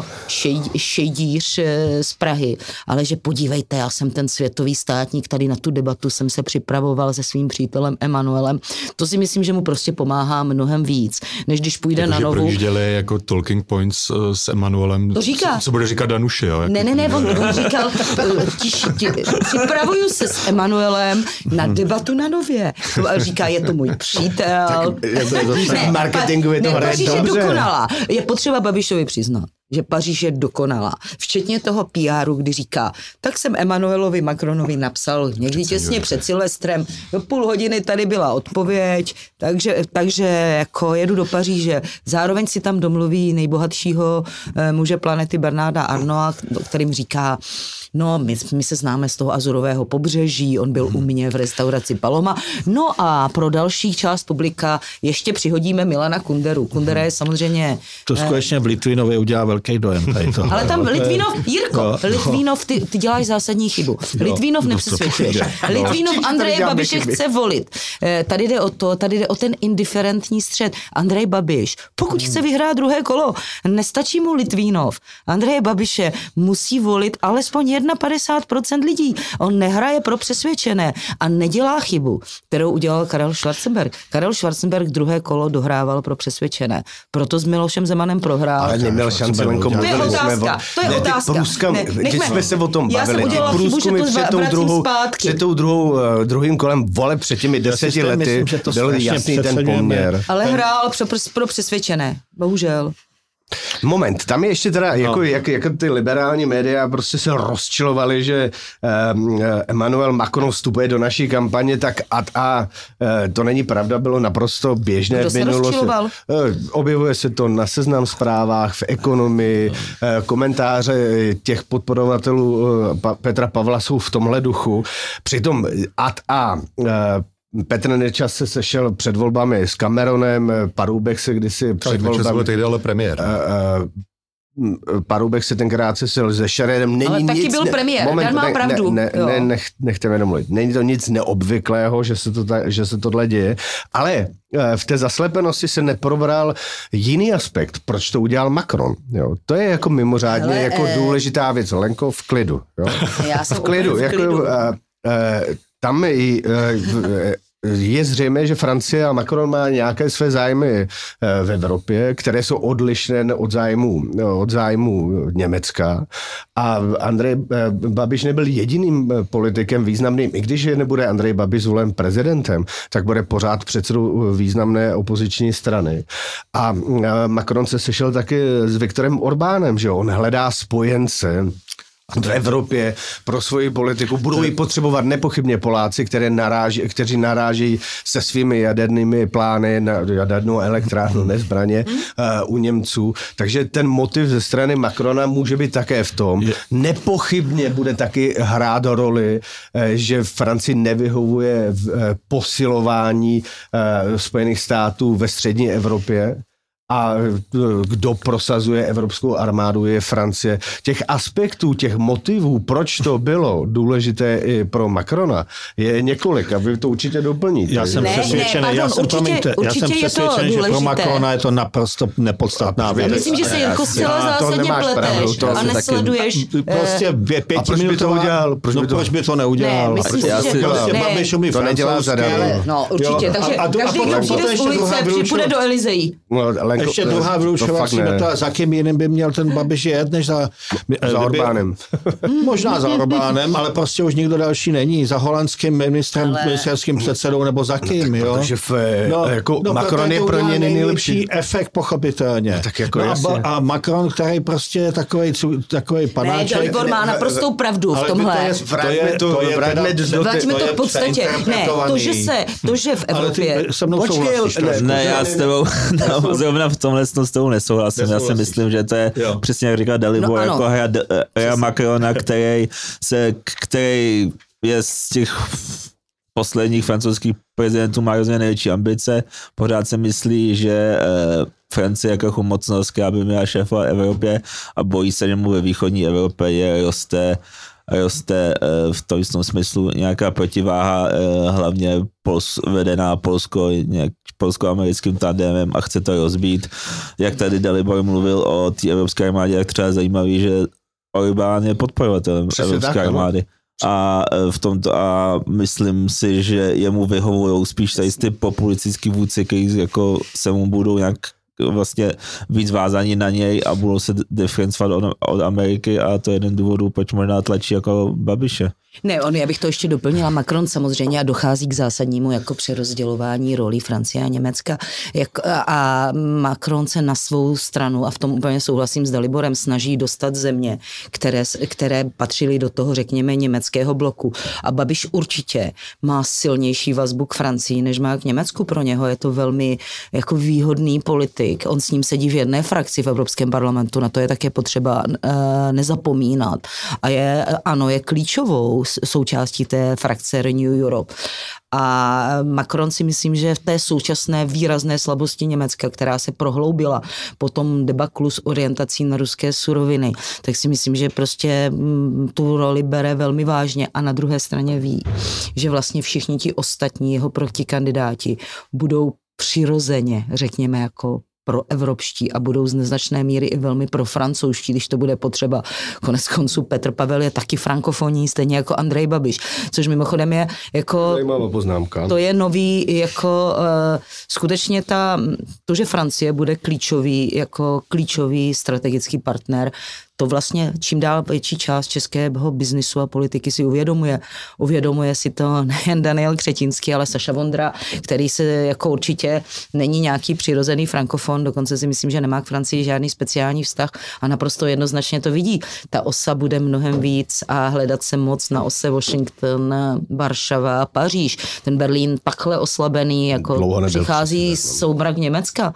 šejdíř z Prahy, ale že podívejte, já jsem ten světový státník, tady na tu debatu jsem se připravoval se svým přítelem Emmanuelem. To si myslím, že mu prostě pomáhá mnohem víc, než když půjde na Novou. Projížděli jako talking points s Emmanuelem. To říká. Co bude říkat Danuše, jo? Ne, on říkal, připravuju se s Emmanuelem na debatu na Nově. A říká, je to můj přítel. Marketingu je to Paříž je dokonalá. Je potřeba Babišovi přiznat, že Paříž je dokonalá. Včetně toho PR-u, kdy říká, tak jsem Emmanuelovi Macronovi napsal někdy těsně před Silvestrem, do půl hodiny tady byla odpověď, takže jako jedu do Paříže. Zároveň si tam domluví nejbohatšího muže planety Bernarda Arnaulta, kterým říká, no, my se známe z toho azurového pobřeží, on byl u mě v restauraci Paloma. No a pro další část publika ještě přihodíme Milana Kunderu. Kundera je samozřejmě... To skutečně v Litvínově udělá velký dojem. Tady to. Ale tam Litvínov, ty děláš zásadní chybu. Litvínov nepřesvědčuješ. Litvínov Andreje Babiše chce volit. Tady jde o ten indiferentní střed. Andrej Babiš, pokud chce vyhrát druhé kolo, nestačí mu Litvínov. Andreje Babiše musí volit alespoň 51% lidí. On nehraje pro přesvědčené a nedělá chybu, kterou udělal Karel Schwarzenberg. Karel Schwarzenberg druhé kolo dohrával pro přesvědčené. Proto s Milošem Zemanem prohrál. Ale neměl šanci, Lenko. To je otázka. Když jsme se o tom bavili, ty průzkumy před druhým kolem voleb před těmi 10 lety byl jasný ten poměr. Ale hrál pro přesvědčené. Bohužel. Moment, tam je ještě teda, jako ty liberální média prostě se rozčilovali, že Emmanuel Macron vstupuje do naší kampaně, tak to není pravda, bylo naprosto běžné v minulosti. Objevuje se to na Seznam Zprávách, v Ekonomii, komentáře těch podporovatelů Petra Pavla jsou v tomhle duchu. Přitom Petr Nečas se sešel před volbami s Cameronem, Paroubek se kdysi před volbami... Tehdy ale premiér. Paroubek se tenkrát sešel se Šeredem. Ale taky byl premiér, Dan má pravdu. Nechte mě domluvit. Není to nic neobvyklého, že se tohle děje, ale v té zaslepenosti se neprobral jiný aspekt, proč to udělal Macron. Jo? To je jako mimořádně důležitá věc. Lenko, v klidu. Jo? Já jsem v klidu. Tam je zřejmé, že Francie a Macron má nějaké své zájmy v Evropě, které jsou odlišné od zájmu Německa. A Andrej Babiš nebyl jediným politikem významným. I když nebude Andrej Babiš zvolen prezidentem, tak bude pořád předsedou významné opoziční strany. A Macron se sešel taky s Viktorem Orbánem, že on hledá spojence v Evropě pro svoji politiku. Budou ji potřebovat nepochybně Poláci, kteří naráží se svými jadernými plány na jadernou elektrárnu, nezbraně u Němců. Takže ten motiv ze strany Macrona může být také v tom. Nepochybně bude taky hrát roli, že Francii nevyhovuje posilování Spojených států ve střední Evropě. A kdo prosazuje evropskou armádu, je Francie. Těch aspektů, těch motivů, proč to bylo důležité i pro Macrona, je několik a vy to určitě doplníte. Já jsem přesvědčený, že pro Macrona je to naprosto nepodstatná věc. Myslím, že se jako zcela zásadně pleteš a nesleduješ. Prostě 5 minut to udělal. Proč by to neudělal? Ne, to nedělá zadarmo. No určitě, takže každý, kdo přijde z ulice, přijde do Elizejí. Ještě druhá vylučovací metoda, za kým jiným by měl ten Babiš jet, než za Orbánem. Možná za Orbánem, ale prostě už nikdo další není. Za holandským ministerským předsedou nebo za kým, jo? Protože Macron je pro ně nejlepší efekt, pochopitelně. No, tak jako a Macron, který prostě je takový panáček. Ne, Dalibor má naprostou pravdu v tomhle. Vraťme to v podstatě. Ne, to, že v Evropě... Ne, já s tebou zrovna v tomhle s tebou nesouhlasím. Já si myslím, že to je přesně jak říká Dalibor, jako hra Macrona, který je z těch posledních francouzských prezidentů má hrozně největší ambice. Pořád se myslí, že Francie jako mocnost, která by měla šéfovat Evropě a bojí se, že mu ve východní Evropě roste v tom smyslu nějaká protiváha, hlavně vedená polsko-americkým tandemem a chce to rozbít. Jak tady Dalibor mluvil o té evropské armádě, jak třeba zajímavý, že Orbán je podporovatelem evropské armády. A a myslím si, že jemu vyhovují spíš tady ty populistický vůdci, kteří jako se mu budou nějak vlastně víc vázaní na něj a budou se diferencovat od Ameriky a to je jeden důvodů, proč možná tlačí jako Babiše. Ne, já bych to ještě doplnila. Macron samozřejmě a dochází k zásadnímu jako přerozdělování rolí Francie a Německa. A Macron se na svou stranu, a v tom úplně souhlasím s Daliborem, snaží dostat země, které patřily do toho, řekněme, německého bloku. A Babiš určitě má silnější vazbu k Francii, než má k Německu. Pro něho je to velmi jako výhodný politik. On s ním sedí v jedné frakci v Evropském parlamentu, na to je také potřeba nezapomínat. A je klíčovou součástí té frakce Renew Europe. A Macron si myslím, že v té současné výrazné slabosti Německa, která se prohloubila po tom debaklu s orientací na ruské suroviny, tak si myslím, že prostě tu roli bere velmi vážně a na druhé straně ví, že vlastně všichni ti ostatní jeho protikandidáti budou přirozeně, řekněme, jako proevropští a budou z neznačné míry i velmi profrancouzští, když to bude potřeba. Konec konců Petr Pavel je taky frankofonní, stejně jako Andrej Babiš, což mimochodem je jako... Zajímavá poznámka. To je nový, jako skutečně to, že Francie bude klíčový strategický partner, to vlastně čím dál větší část českého biznisu a politiky si uvědomuje. Uvědomuje si to nejen Daniel Křetínský, ale Saša Vondra, který se jako určitě není nějaký přirozený frankofon, dokonce si myslím, že nemá k Francii žádný speciální vztah a naprosto jednoznačně to vidí. Ta osa bude mnohem víc a hledat se moc na ose Washington, Varšava a Paříž. Ten Berlín takhle oslabený, jako přichází soubrak Německa.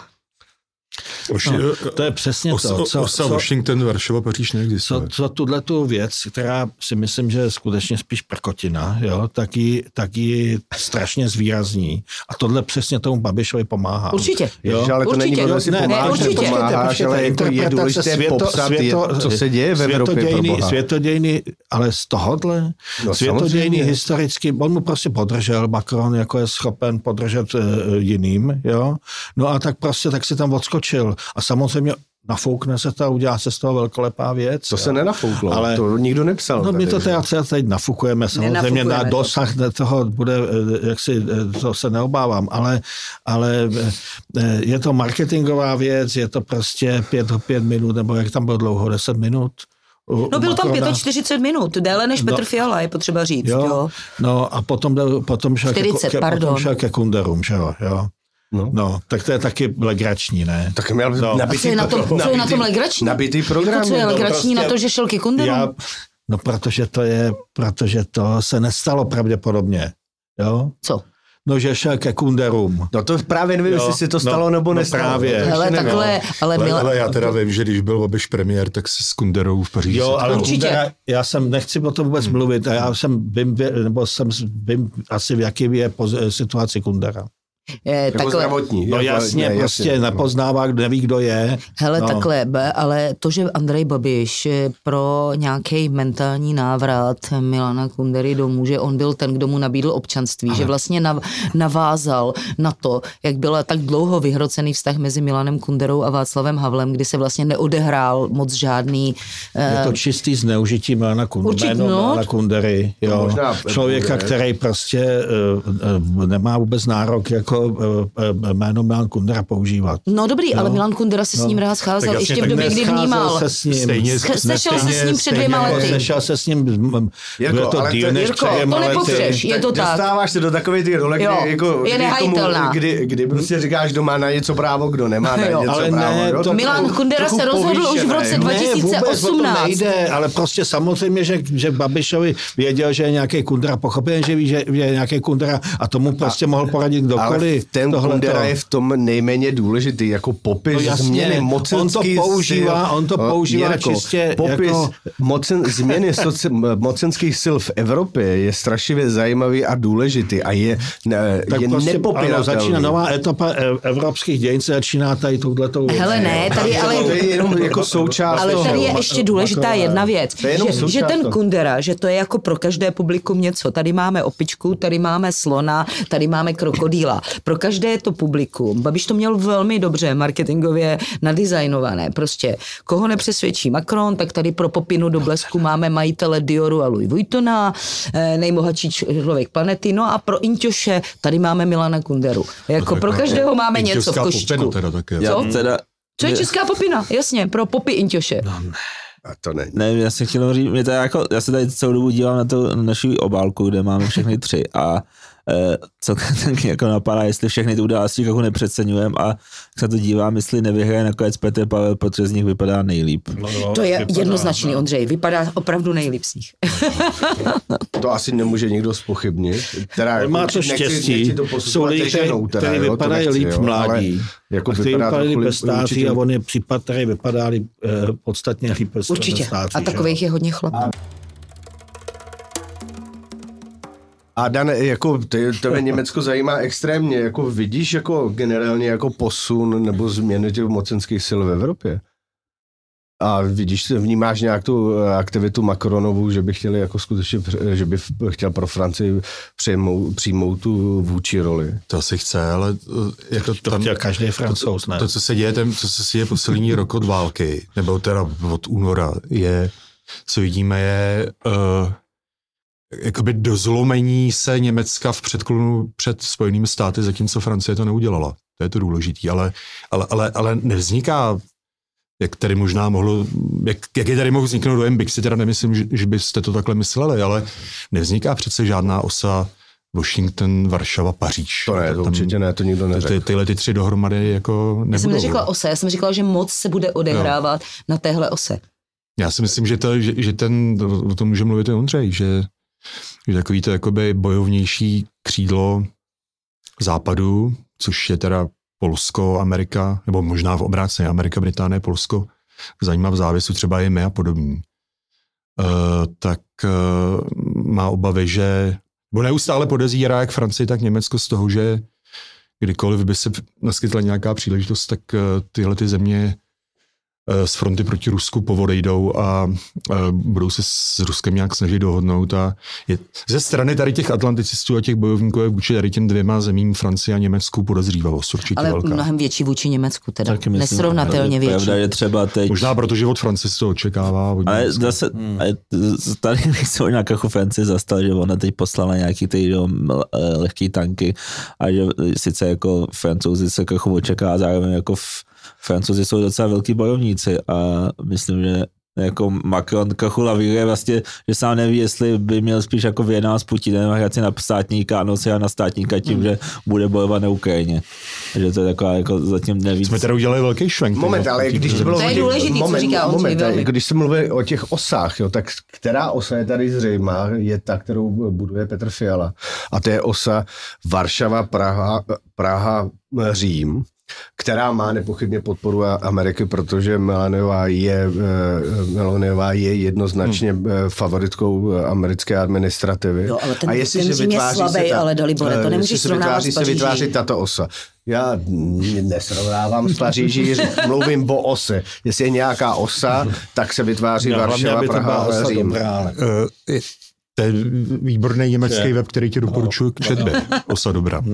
To je přesně to. Washington, Varšava, Paříž neexistuje. Co tuhletu věc, která si myslím, že je skutečně spíš prkotina, jo, tak ji strašně zvýrazní. A tohle přesně tomu Babišovi pomáhá. Určitě. Jo? Ale to určitě. není si pomáháš, ale je důležité popsat, co se děje v Evropě. Světodějný, ale z tohohle, světodějný historicky, on mu prostě podržel, Macron jako je schopen podržet jiným, jo. No a tak si tam odskočil. A samozřejmě nafoukne se to a udělá se z toho velkolepá věc. To se nenafouklo, ale to nikdo nepsal. No my to teď nafukujeme, samozřejmě na dosah toho bude, to se neobávám, ale je to marketingová věc, je to prostě 5 minut, nebo jak tam bylo dlouho, 10 minut. No byl tam 45 minut, déle než Petr Fiala, je potřeba říct. Jo. No a potom šel ke Kunderům, že jo. No, tak to je taky legrační, ne? Tak měl nabitý, co je na tom legrační? Nabitý program. Co je legrační na to, že šel ke Kunderům? No, protože to se nestalo pravděpodobně, jo? Co? No, že šel ke Kunderům. No to právě nevím, jestli se to stalo nebo nestalo. Právě. Hele, takhle, ale já teda vím, že když byl Babiš premiér, tak se s Kunderou v Paříži. Jo, ale určitě. Já nechci o tom vůbec mluvit, a já vím asi v jaký je situaci Kundera. Jako zdravotní. No jasně, prostě nepoznává, neví, kdo je. Hele, takhle, ale to, že Andrej Babiš pro nějaký mentální návrat Milana Kundery domů, že on byl ten, kdo mu nabídl občanství, že vlastně navázal na to, jak byl tak dlouho vyhrocený vztah mezi Milanem Kunderou a Václavem Havlem, kdy se vlastně neodehrál moc žádný... Je to čistý zneužití Milana Kundery. Jo. Člověka, který prostě nemá vůbec nárok jako jméno Milan Kundera používat. No dobrý, ale Milan Kundera se s ním rád scházel ještě v době, kdy vnímal. Sešel se s ním před 2 lety. Sešel se s ním, bylo to díl než 3 lety. To nepopřeš, je to tak. Dostáváš se do takovej ty role, je nehajitelná. Kdy prostě říkáš, kdo má na něco právo, kdo nemá na něco právo. Milan Kundera se rozhodl už v roce 2018. Ne, nejde, ale prostě samozřejmě, že Babišovi věděl, že je nějaký Kundera, pochopil, že ví, že je nějaký Kundera a tomu prostě mohl poradit kdokoliv. Ten Kundera je v tom nejméně důležitý, jako popis změny mocenských on to používá čistě popis jako... změny mocenských sil v Evropě je strašlivě zajímavý a důležitý a je nepopiratelný. Začíná nová etapa evropských dějin, se začíná tady touhletou věcí. Hele ne, tady ale... To je jenom jako součást. Ale tady je ještě důležitá jedna věc, že ten Kundera, že to je jako pro každé publikum něco. Tady máme opičku, tady máme slona, tady máme krokodýla. Pro každé to publikum. Babiš to měl velmi dobře marketingově nadizajnované. Prostě koho nepřesvědčí Macron, tak tady pro popinu do blesku máme majitele Dioru a Louis Vuittona, nejbohatší člověk planety, no a pro Inťoše tady máme Milana Kunderu. Jako pro každého máme něco v košíčku. Co je česká popina? Jasně, pro popy Inťoše. A to ne. Ne, já jsem chtěl říct, já se tady celou dobu dívám na tu naši obálku, kde máme všechny 3 a co tak jako napadá, jestli všechny ty události jako nepřeceňujeme a se to dívám, jestli nevyhraje nakonec Petr Pavel, protože z nich vypadá nejlíp. To je jednoznačný, Ondřej, vypadá opravdu nejlíp z nich. To asi nemůže nikdo zpochybnit. Má to štěstí, jsou lidi, kteří vypadají líp v mládí. Jako kteří vypadali bez stáří a on je případ, který vypadali podstatně líp bez určitě. Stáří. A takových je hodně chlapů. A Dan, jako tebe Německo zajímá extrémně, jako vidíš jako generálně jako posun nebo změny těch mocenských sil v Evropě? A vnímáš nějak tu aktivitu Macronovu, že by chtěli jako skutečně, že by chtěl pro Francii přijmout tu vůči roli? To asi chce, ale jako to chtěl každý Francouz, ne? To, co se děje poslední rok od války, nebo teda od února, co vidíme, je jakoby dozlomení se Německa v předklonu před Spojenými státy, zatímco Francie to neudělala. To je to důležitý, ale nevzniká, jak tady možná mohlo, jak je tady mohl vzniknout dojem, byť si teda nemyslím, že byste to takhle mysleli, ale nevzniká přece žádná osa Washington, Varšava, Paříž. To ne, to určitě ne, to nikdo neřekl. Tyhle 3 dohromady jako nebudou. Já jsem neřekla ose, já jsem říkala, že moc se bude odehrávat na téhle ose. Já si myslím, že o tom může mluvit i Ondřej, že takový to jakoby bojovnější křídlo západu, což je teda Polsko, Amerika, nebo možná v obráceně Amerika, Británie, Polsko, zajímá v závěsu třeba i my a podobní. Tak má obavy, že bo neustále podezírá jak Francii, tak Německo z toho, že kdykoliv by se naskytla nějaká příležitost, tak tyhle ty země z fronty proti Rusku povodejdou a budou se s Ruskem nějak snažit dohodnout. A ze strany tady těch atlanticistů a těch bojovníků je vůči tady těm dvěma zemím, Francii a Německu, podezřívavost určitě ale velká. mnohem větší vůči Německu, teda nesrovnatelně větší. Pravda, je třeba teď... Možná protože od Francie se to očekává. Ale zase, tady bych se o nějakou Francii zastal, že ona teď poslala nějaký ty lehký tanky a že sice jako Francouzi se jako očekává, zároveň jako Francouzi jsou docela velký bojovníci a myslím, že jako Macron trochu lavíruje vlastně, že sám neví, jestli by měl spíš jako vyjednávat s Putinem a hrát si na státníka a nosit na státníka tím, že bude bojovat na Ukrajině. Že to je taková jako zatím neví. Jsme teda udělali velký švenk. Moment, ale když to bylo... To je důležitý, co říká on. Když se mluví o těch osách, jo, tak která osa je tady zřejmá, je ta, kterou buduje Petr Fiala. A to je osa Varšava, Praha, Řím, která má nepochybně podporu Ameriky, protože Melaniová je jednoznačně favoritkou americké administrativy. Jo, ale ten Řím je slabý, ale Dalibore, to nemůžeš srovnávat s Paříží. Se vytváří tato osa. Já nesrovnávám s Paříží, mluvím o ose. Jestli je nějaká osa, tak se vytváří Varšava, Praha, Řím. To je výborný německý web, který ti doporučuji k četbě. Osa dobrá.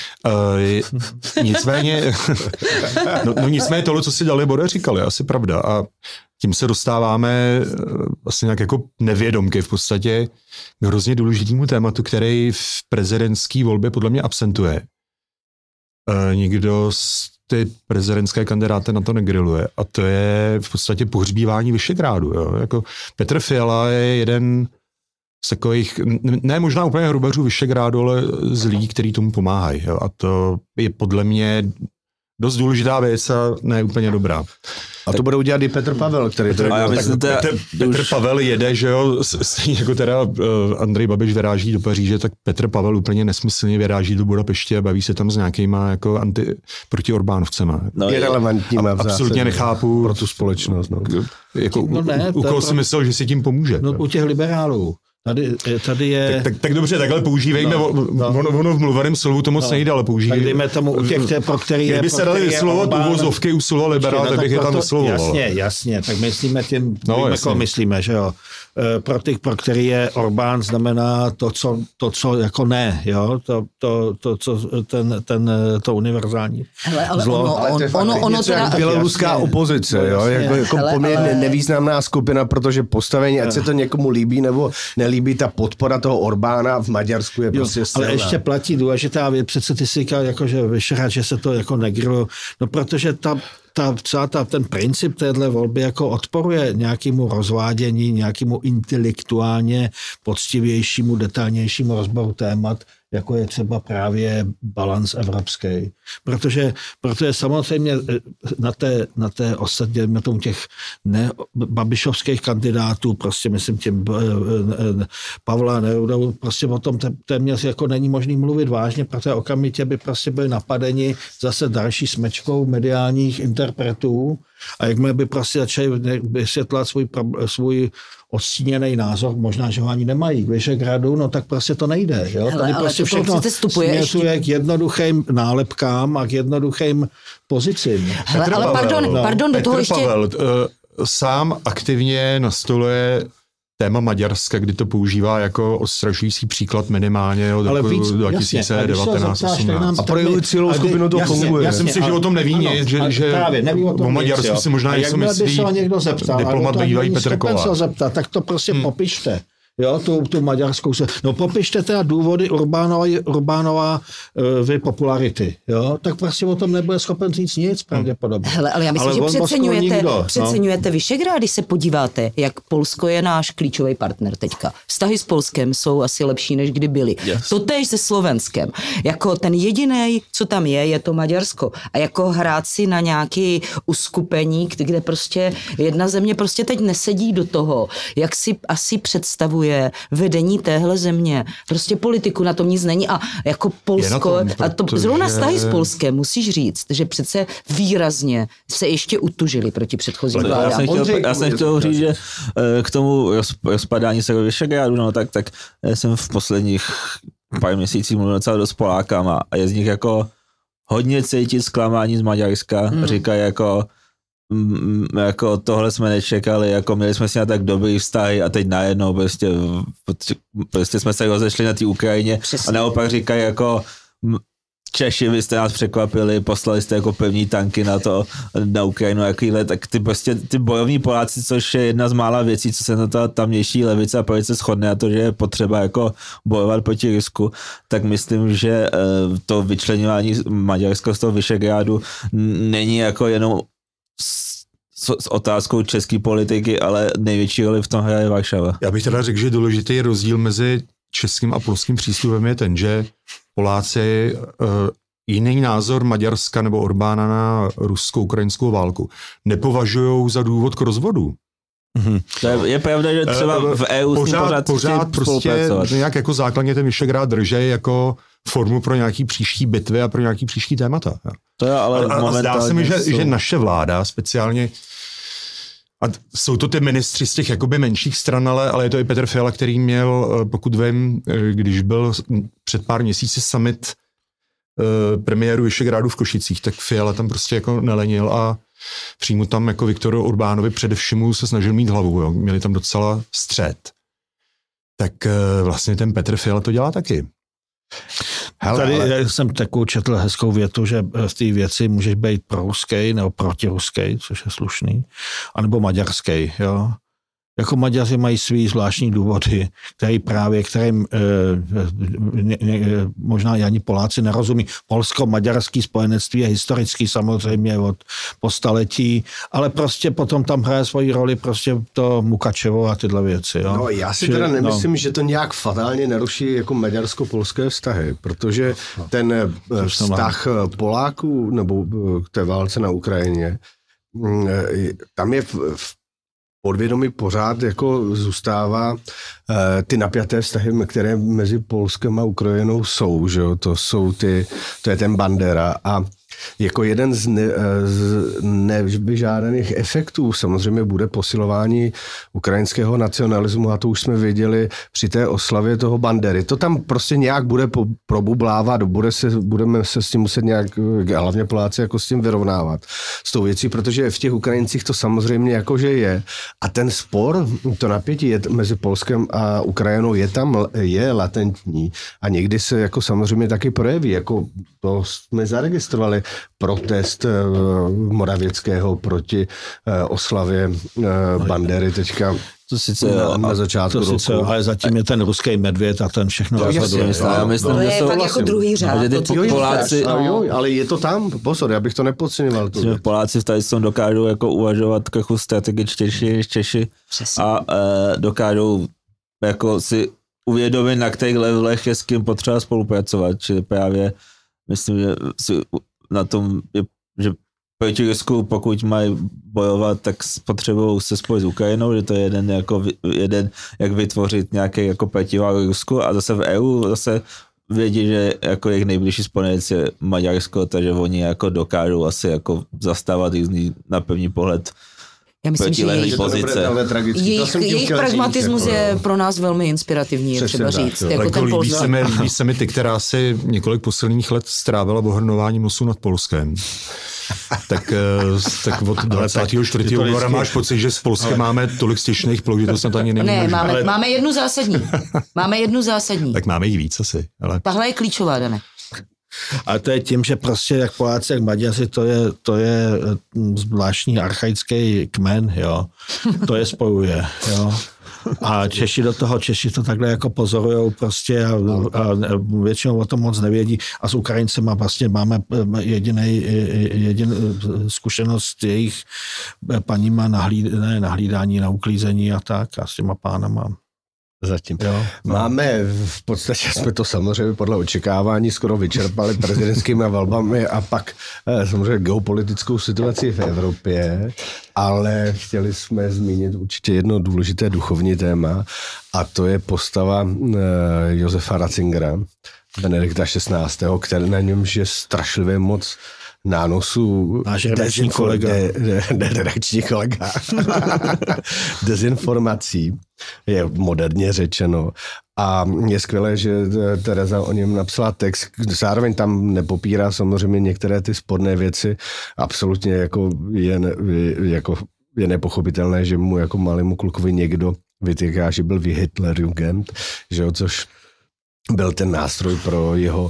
Nicméně, nicméně tohle, co si Dalibore říkali, je asi pravda. A tím se dostáváme vlastně nějak jako nevědomky v podstatě k hrozně důležitému tématu, který v prezidentské volbě podle mě absentuje. Nikdo z ty prezidentské kandidáty na to negriluje. A to je v podstatě pohřbívání Vyšegrádu. Jo? Jako Petr Fiala je jeden z takových, ne možná úplně hrubařů Vyšegrádu, ale zlí, který tomu pomáhají. Jo? A to je podle mě dost důležitá věc a ne úplně dobrá. A to bude udělat i Petr Pavel, který to Petr Pavel jede, že jo, stejně jako teda Andrej Babiš vyráží do Paříže, tak Petr Pavel úplně nesmyslně vyráží do Budapeště a baví se tam s nějakýma jako proti Orbánovcema. No, je relevantníma v zásadě. Absolutně nechápu pro tu společnost. No. Jako, u koho si myslel, že si tím pomůže? No u těch liberálů. Tady je... Tak dobře, takhle používejme, ono v mluvaném slovu to moc nejde, ale používejme. Tak dejme tomu u těch, pro který je... Kdyby se dali vyslovovat uvozovky u slova liberál, tak bych je tam vyslovoval. Jasně, tak myslíme tím, myslíme, že jo. Pro který je Orbán znamená to, co jako ne, jo, to univerzální zlo. Ono teda... Běloruská opozice, jo, jako poměrně nevýznamná skupina, protože postavení, ať se to někomu líbí nebo nelíbí, ta podpora toho Orbána v Maďarsku je prostě silná. Ale ještě platí důležitá věc, přece ty si říkal, jako, že Vyšehrad, že se to jako negriluje, no protože ten princip téhle volby jako odporuje nějakému rozvádění, nějakému intelektuálně poctivějšímu, detailnějšímu rozboru témat, jako je třeba právě balans evropský. Protože samozřejmě na té osadě, na tom těch babišovských kandidátů, prostě myslím tím Pavla Nerudou, prostě o tom téměř jako není možný mluvit vážně, protože okamžitě by prostě byli napadeni zase další smečkou mediálních interpretů a jakmile by prostě začali vysvětlovat svůj odstíněný názor, možná, že ho ani nemají k Vyšegradu, no tak prostě to nejde. Jo? Tady prostě všechno směřuje k jednoduchým nálepkám a k jednoduchým pozicím. Ale pardon, do toho ještě... Pavel sám aktivně nastoluje téma Maďarska, kdy to používá jako odstrašující příklad minimálně od roku 2019-18. A pro jeho cílovou skupinu to funguje. Já si myslím, že o tom neví nic, že o Maďarsku si možná něco myslí. Diplomat bývají Petr Kovář. Tak to prostě popište. Jo, tu maďarskou se... No popište teda důvody Orbánova popularity, jo, tak prostě o tom nebude schopen říct nic pravděpodobně. Hele, ale já myslím, že přeceňujete Vyšegrád, když se podíváte, jak Polsko je náš klíčový partner teďka. Vztahy s Polskem jsou asi lepší, než kdy byly. Yes. Totéž se Slovenskem. Jako ten jediný, co tam je to Maďarsko. A jako hrát si na nějaké uskupení, kde prostě jedna země prostě teď nesedí do toho, jak si asi představuje vedení téhle země. Prostě politiku na tom nic není a jako Polsko, zrovna vztahy s Polskem musíš říct, že přece výrazně se ještě utužili proti předchozím vládám. Já jsem chtěl říct, že k tomu rozpadání se do Vyšegrádu, no tak jsem v posledních pár měsících mluvil docela dost Polákama a je z nich jako hodně cítit zklamání z Maďarska. Říkají jako jako tohle jsme nečekali, jako měli jsme si na tak dobrý vztahy a teď najednou prostě jsme se rozešli na té Ukrajině. Přesně. A naopak říkají jako Češi, vy jste nás překvapili, poslali jste jako pevní tanky na Ukrajinu, jakýhle, tak ty bojovní Poláci, což je jedna z mála věcí, co se na ta tamnější levice a pravice shodne, a to, že je potřeba jako bojovat proti Rusku, tak myslím, že to vyčleňování Maďarska z toho Visegrádu není jako jenom s otázkou české politiky, ale největší roli v tom hraje Varšava. Já bych teda řekl, že důležitý rozdíl mezi českým a polským přístupem je ten, že Poláci jiný názor Maďarska nebo Orbána na rusko-ukrajinskou válku nepovažují za důvod k rozvodu. To je pravda, že třeba v EU pořád prostě nějak jako základně ten Visegrád drží jako formu pro nějaký příští bitvy a pro nějaký příští témata. To je, ale a zdá se mi, že naše vláda speciálně, a jsou to ty ministři z těch jakoby menších stran, ale je to i Petr Fiala, který měl, pokud vím, když byl před pár měsíci summit premiéru Visegrádu v Košicích, tak Fiala tam prostě jako nelenil a přímo tam jako Viktoru Orbánovi především se snažil mít hlavu. Jo. Měli tam docela střet. Tak vlastně ten Petr Fiala to dělá taky. Tady jsem takovou četl hezkou větu, že v té věci můžeš být proruský nebo protiruský, což je slušný, anebo maďarský, jo. Jako Maďaři mají svý zvláštní důvody, kterým možná ani Poláci nerozumí. Polsko-maďarský spojenectví je historický samozřejmě po staletí, ale prostě potom tam hraje svoji roli prostě to Mukačevo a tyhle věci. Jo? No já si teda nemyslím, že to nějak fatálně naruší jako maďarsko-polské vztahy, protože ten vztah Poláků nebo k té válce na Ukrajině, tam je v podvědomí pořád jako zůstává ty napjaté vztahy, které mezi Polskem a Ukrajinou jsou, že jo? To je ten Bandera a jako jeden z nevyžádaných efektů samozřejmě bude posilování ukrajinského nacionalismu a to už jsme viděli při té oslavě toho Bandery. To tam prostě nějak bude probublávat, budeme se s tím muset nějak, hlavně Poláci, jako s tím vyrovnávat s tou věcí, protože v těch Ukrajincích to samozřejmě jakože je. A ten spor, to napětí mezi Polskem a Ukrajinou je latentní a někdy se jako samozřejmě taky projeví, jako to jsme zaregistrovali protest Moravěckého proti oslavě Bandery teďka to sice na začátku roku. Sice, ale zatím je ten ruský medvěd a ten všechno rozhoduje. Já myslím, to je fakt jako druhý řád. Poláci, ale je to tam, pozor, já bych to nepodceňoval. Poláci tady dokážou jako uvažovat trochu strategičtější než Češi a dokážou jako si uvědomit, na kterých levelech je s kým potřeba spolupracovat, čili právě myslím, že na tom je, že proti Rusku, pokud mají bojovat, tak potřebují se spojit s Ukrajinou, že to je jeden jak vytvořit nějaký jako protivák Rusku a zase v EU zase vědí, že jako jejich nejbližší spojenec je Maďarsko, takže oni jako dokážou asi jako zastávat různý na první pohled. Já myslím, že jejich pragmatismus je pro nás velmi inspirativní, je třeba říct. Jako líbí se mi ty, která si několik posledních let strávila ohrnováním nosu nad Polskem. tak od 24. února máš pocit, že s Polskem máme tolik stěšných plok, že to snad ani není. Ne, máme jednu zásadní. Máme jednu zásadní. Tak máme jich víc asi. Ale... Tahle je klíčová, Dane. Ale to je tím, že prostě jak Poláci, jak Maďaři, to je zvláštní archaický kmen, jo. To je spojuje, jo. A Češi to takhle jako pozorujou prostě a většinou o tom moc nevědí. A s Ukrajincema vlastně máme jedinou zkušenost jejich paníma nahlídání, na uklízení a tak a s těma pánama. Zatím. Máme, v podstatě jsme to samozřejmě podle očekávání skoro vyčerpali prezidentskými volbami a pak samozřejmě geopolitickou situaci v Evropě, ale chtěli jsme zmínit určitě jedno důležité duchovní téma a to je postava Josefa Ratzingera, Benedikta XVI., který na němž je strašlivě moc nánosů. Náš redakční kolega. Redakční kolega. Dezinformací. je moderně řečeno. A je skvělé, že Tereza o něm napsala text, zároveň tam nepopírá samozřejmě některé ty sporné věci, absolutně je nepochopitelné, že mu jako malému klukovi někdo vytýká, že byl Hitlerjugend, že jo, což byl ten nástroj pro jeho...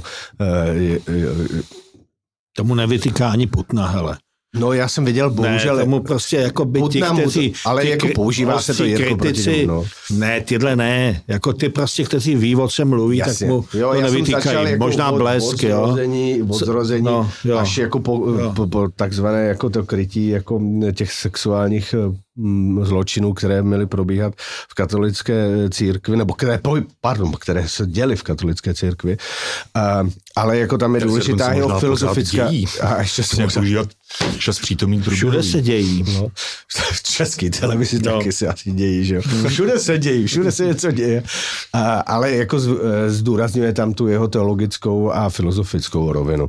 Tomu nevytýká ani Putna, hele. No já jsem viděl, bohužel... Ne, tomu prostě jako by ti, kteří... Ale jako používá se to Jirko proti němu, no. Ne, tyhle ne. Jako ty prostě, kteří ví, o čem mluví, jasně. Tak mu to nevytýkají. Jako možná blesk, jo. Od zrození no, až jako po takzvané jako to krytí jako těch sexuálních zločinů, které měly probíhat v katolické církvi, nebo které se děly v katolické církvi. Ale jako tam je důležitá jeho filozofická... A ještě se nějak používat čas přítomný průběh. Všude se dějí. No. V české televizi taky se asi dějí, že jo. Všude se něco děje. Ale jako zdůrazňuje tam tu jeho teologickou a filozofickou rovinu.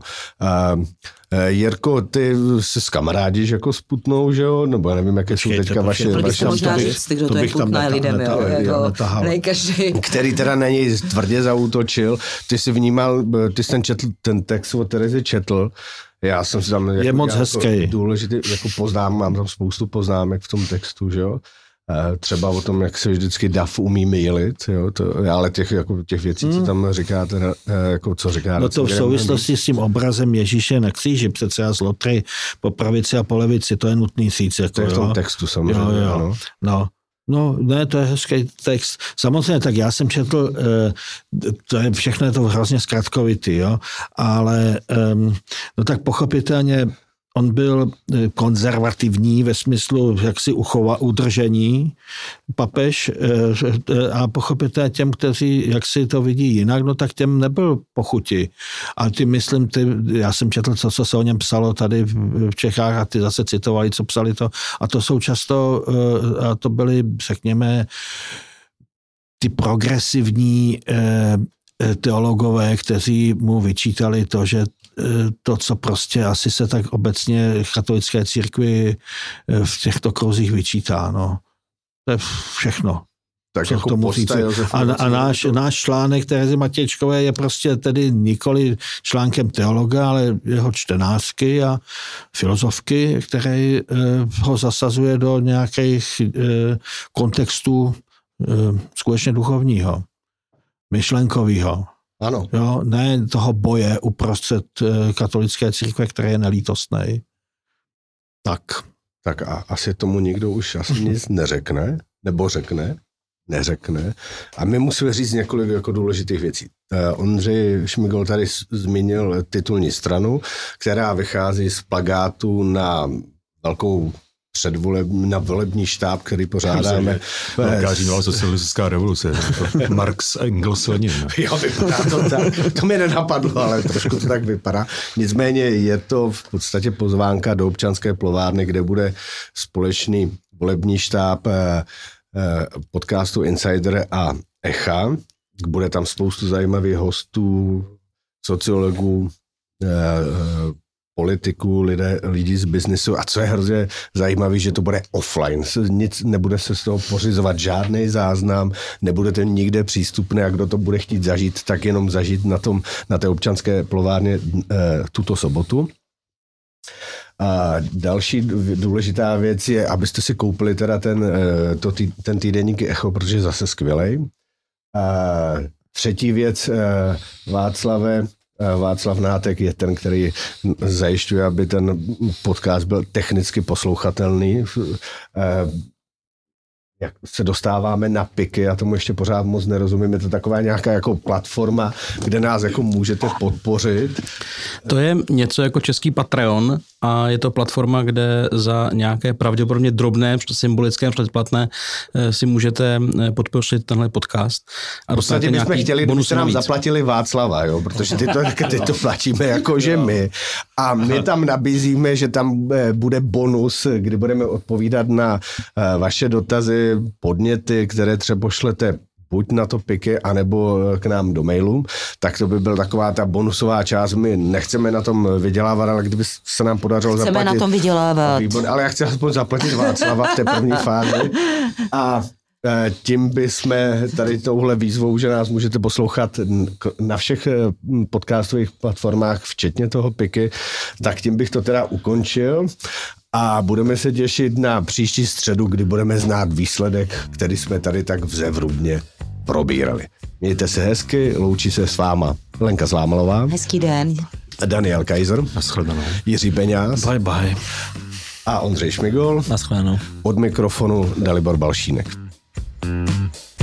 Jirko, ty se s kamarádíš jako s Putnou, že jo? Nebo já nevím, jaké jsou teďka vaše... Možná říct, kdo to je Putna lidem, jo? Který teda na něj tvrdě zaútočil. Ty jsi vnímal, ty jsi ten text od Terezy četl. Já jsem si tam... Je moc hezký. Důležitý, jako mám tam spoustu poznámek v tom textu, že jo? Třeba o tom, jak se vždycky dav umí mýlit, jo, ale těch věcí, co tam říkáte, jako co říká... No to v souvislosti s tím obrazem Ježíše na kříži, přece a zlotry po pravici a po levici, to je nutný říct. Jako, to je v tom textu samozřejmě, jo. No, ne, to je hezký text. Samozřejmě, tak já jsem četl, to je všechno je to hrozně zkratkovitý, jo, ale no tak pochopitelně on byl konzervativní ve smyslu jaksi udržení papež a pochopitelně těm, kteří jaksi to vidí jinak, no tak těm nebyl pochuti. A ty myslím, já jsem četl to, co se o něm psalo tady v Čechách a ty zase citovali, co psali to. A to jsou často, a to byly, řekněme, ty progresivní teologové, kteří mu vyčítali to, že to, co prostě asi se tak obecně katolické církvi v těchto kruzích vyčítá, no. To je všechno. Tak jako tomu a náš článek Terezy Matějčkové je prostě tedy nikoli článkem teologa, ale jeho čtenářky a filozofky, které ho zasazuje do nějakých kontextů skutečně duchovního, myšlenkového. Ano. Jo, ne toho boje uprostřed katolické církve, který je nelítostný. Tak a asi tomu nikdo už asi nic neřekne, nebo neřekne. A my musíme říct několik jako důležitých věcí. Ondřej Šmigol tady zmínil titulní stranu, která vychází z plakátu na velkou na volební štáb, který pořádáme. Velká říjnová socialistická revoluce. Marx, Engels, Lenin. Jo, vypadá to tak. To mi nenapadlo, ale trošku to tak vypadá. Nicméně je to v podstatě pozvánka do občanské plovárny, kde bude společný volební štáb podcastu Insider a Echa. Bude tam spoustu zajímavých hostů, sociologů, politiků, lidí z biznisu a co je hrozně zajímavé, že to bude offline. Nic nebude se z toho pořizovat žádný záznam, nebude to nikde přístupné a kdo to bude chtít zažít, tak jenom zažít na té občanské plovárně tuto sobotu. A další důležitá věc je, abyste si koupili teda ten týdeník Echo, protože je zase skvělej. Třetí věc, Václav Nátek je ten, který zajišťuje, aby ten podcast byl technicky poslouchatelný. Jak se dostáváme na piky, já tomu ještě pořád moc nerozumím, je to taková nějaká jako platforma, kde nás jako můžete podpořit. To je něco jako český Patreon a je to platforma, kde za nějaké pravděpodobně drobné, symbolické, předplatné si můžete podpořit tenhle podcast. A dostanete nějaký bonus. Chtěli, kdybyste nám zaplatili Václava, jo, protože ty to platíme jako, že my. A my tam nabízíme, že tam bude bonus, kdy budeme odpovídat na vaše dotazy, podněty, které třeba pošlete buď na to piky, anebo k nám do mailu, tak to by byl taková ta bonusová část. My nechceme na tom vydělávat, ale kdyby se nám podařilo zaplatit... Chceme na tom vydělávat. Ale já chci aspoň zaplatit Václava v té první fázi. Tím bychom tady touhle výzvou, že nás můžete poslouchat na všech podcastových platformách, včetně toho Piky, tak tím bych to teda ukončil a budeme se těšit na příští středu, kdy budeme znát výsledek, který jsme tady tak vzevrubně probírali. Mějte se hezky, loučí se s váma Lenka Zlámalová. Hezký den. Daniel Kaiser. Naschledanou. Jiří Beňáz. Bye bye. A Ondřej Šmigol. Naschledanou. Od mikrofonu Dalibor Balšínek.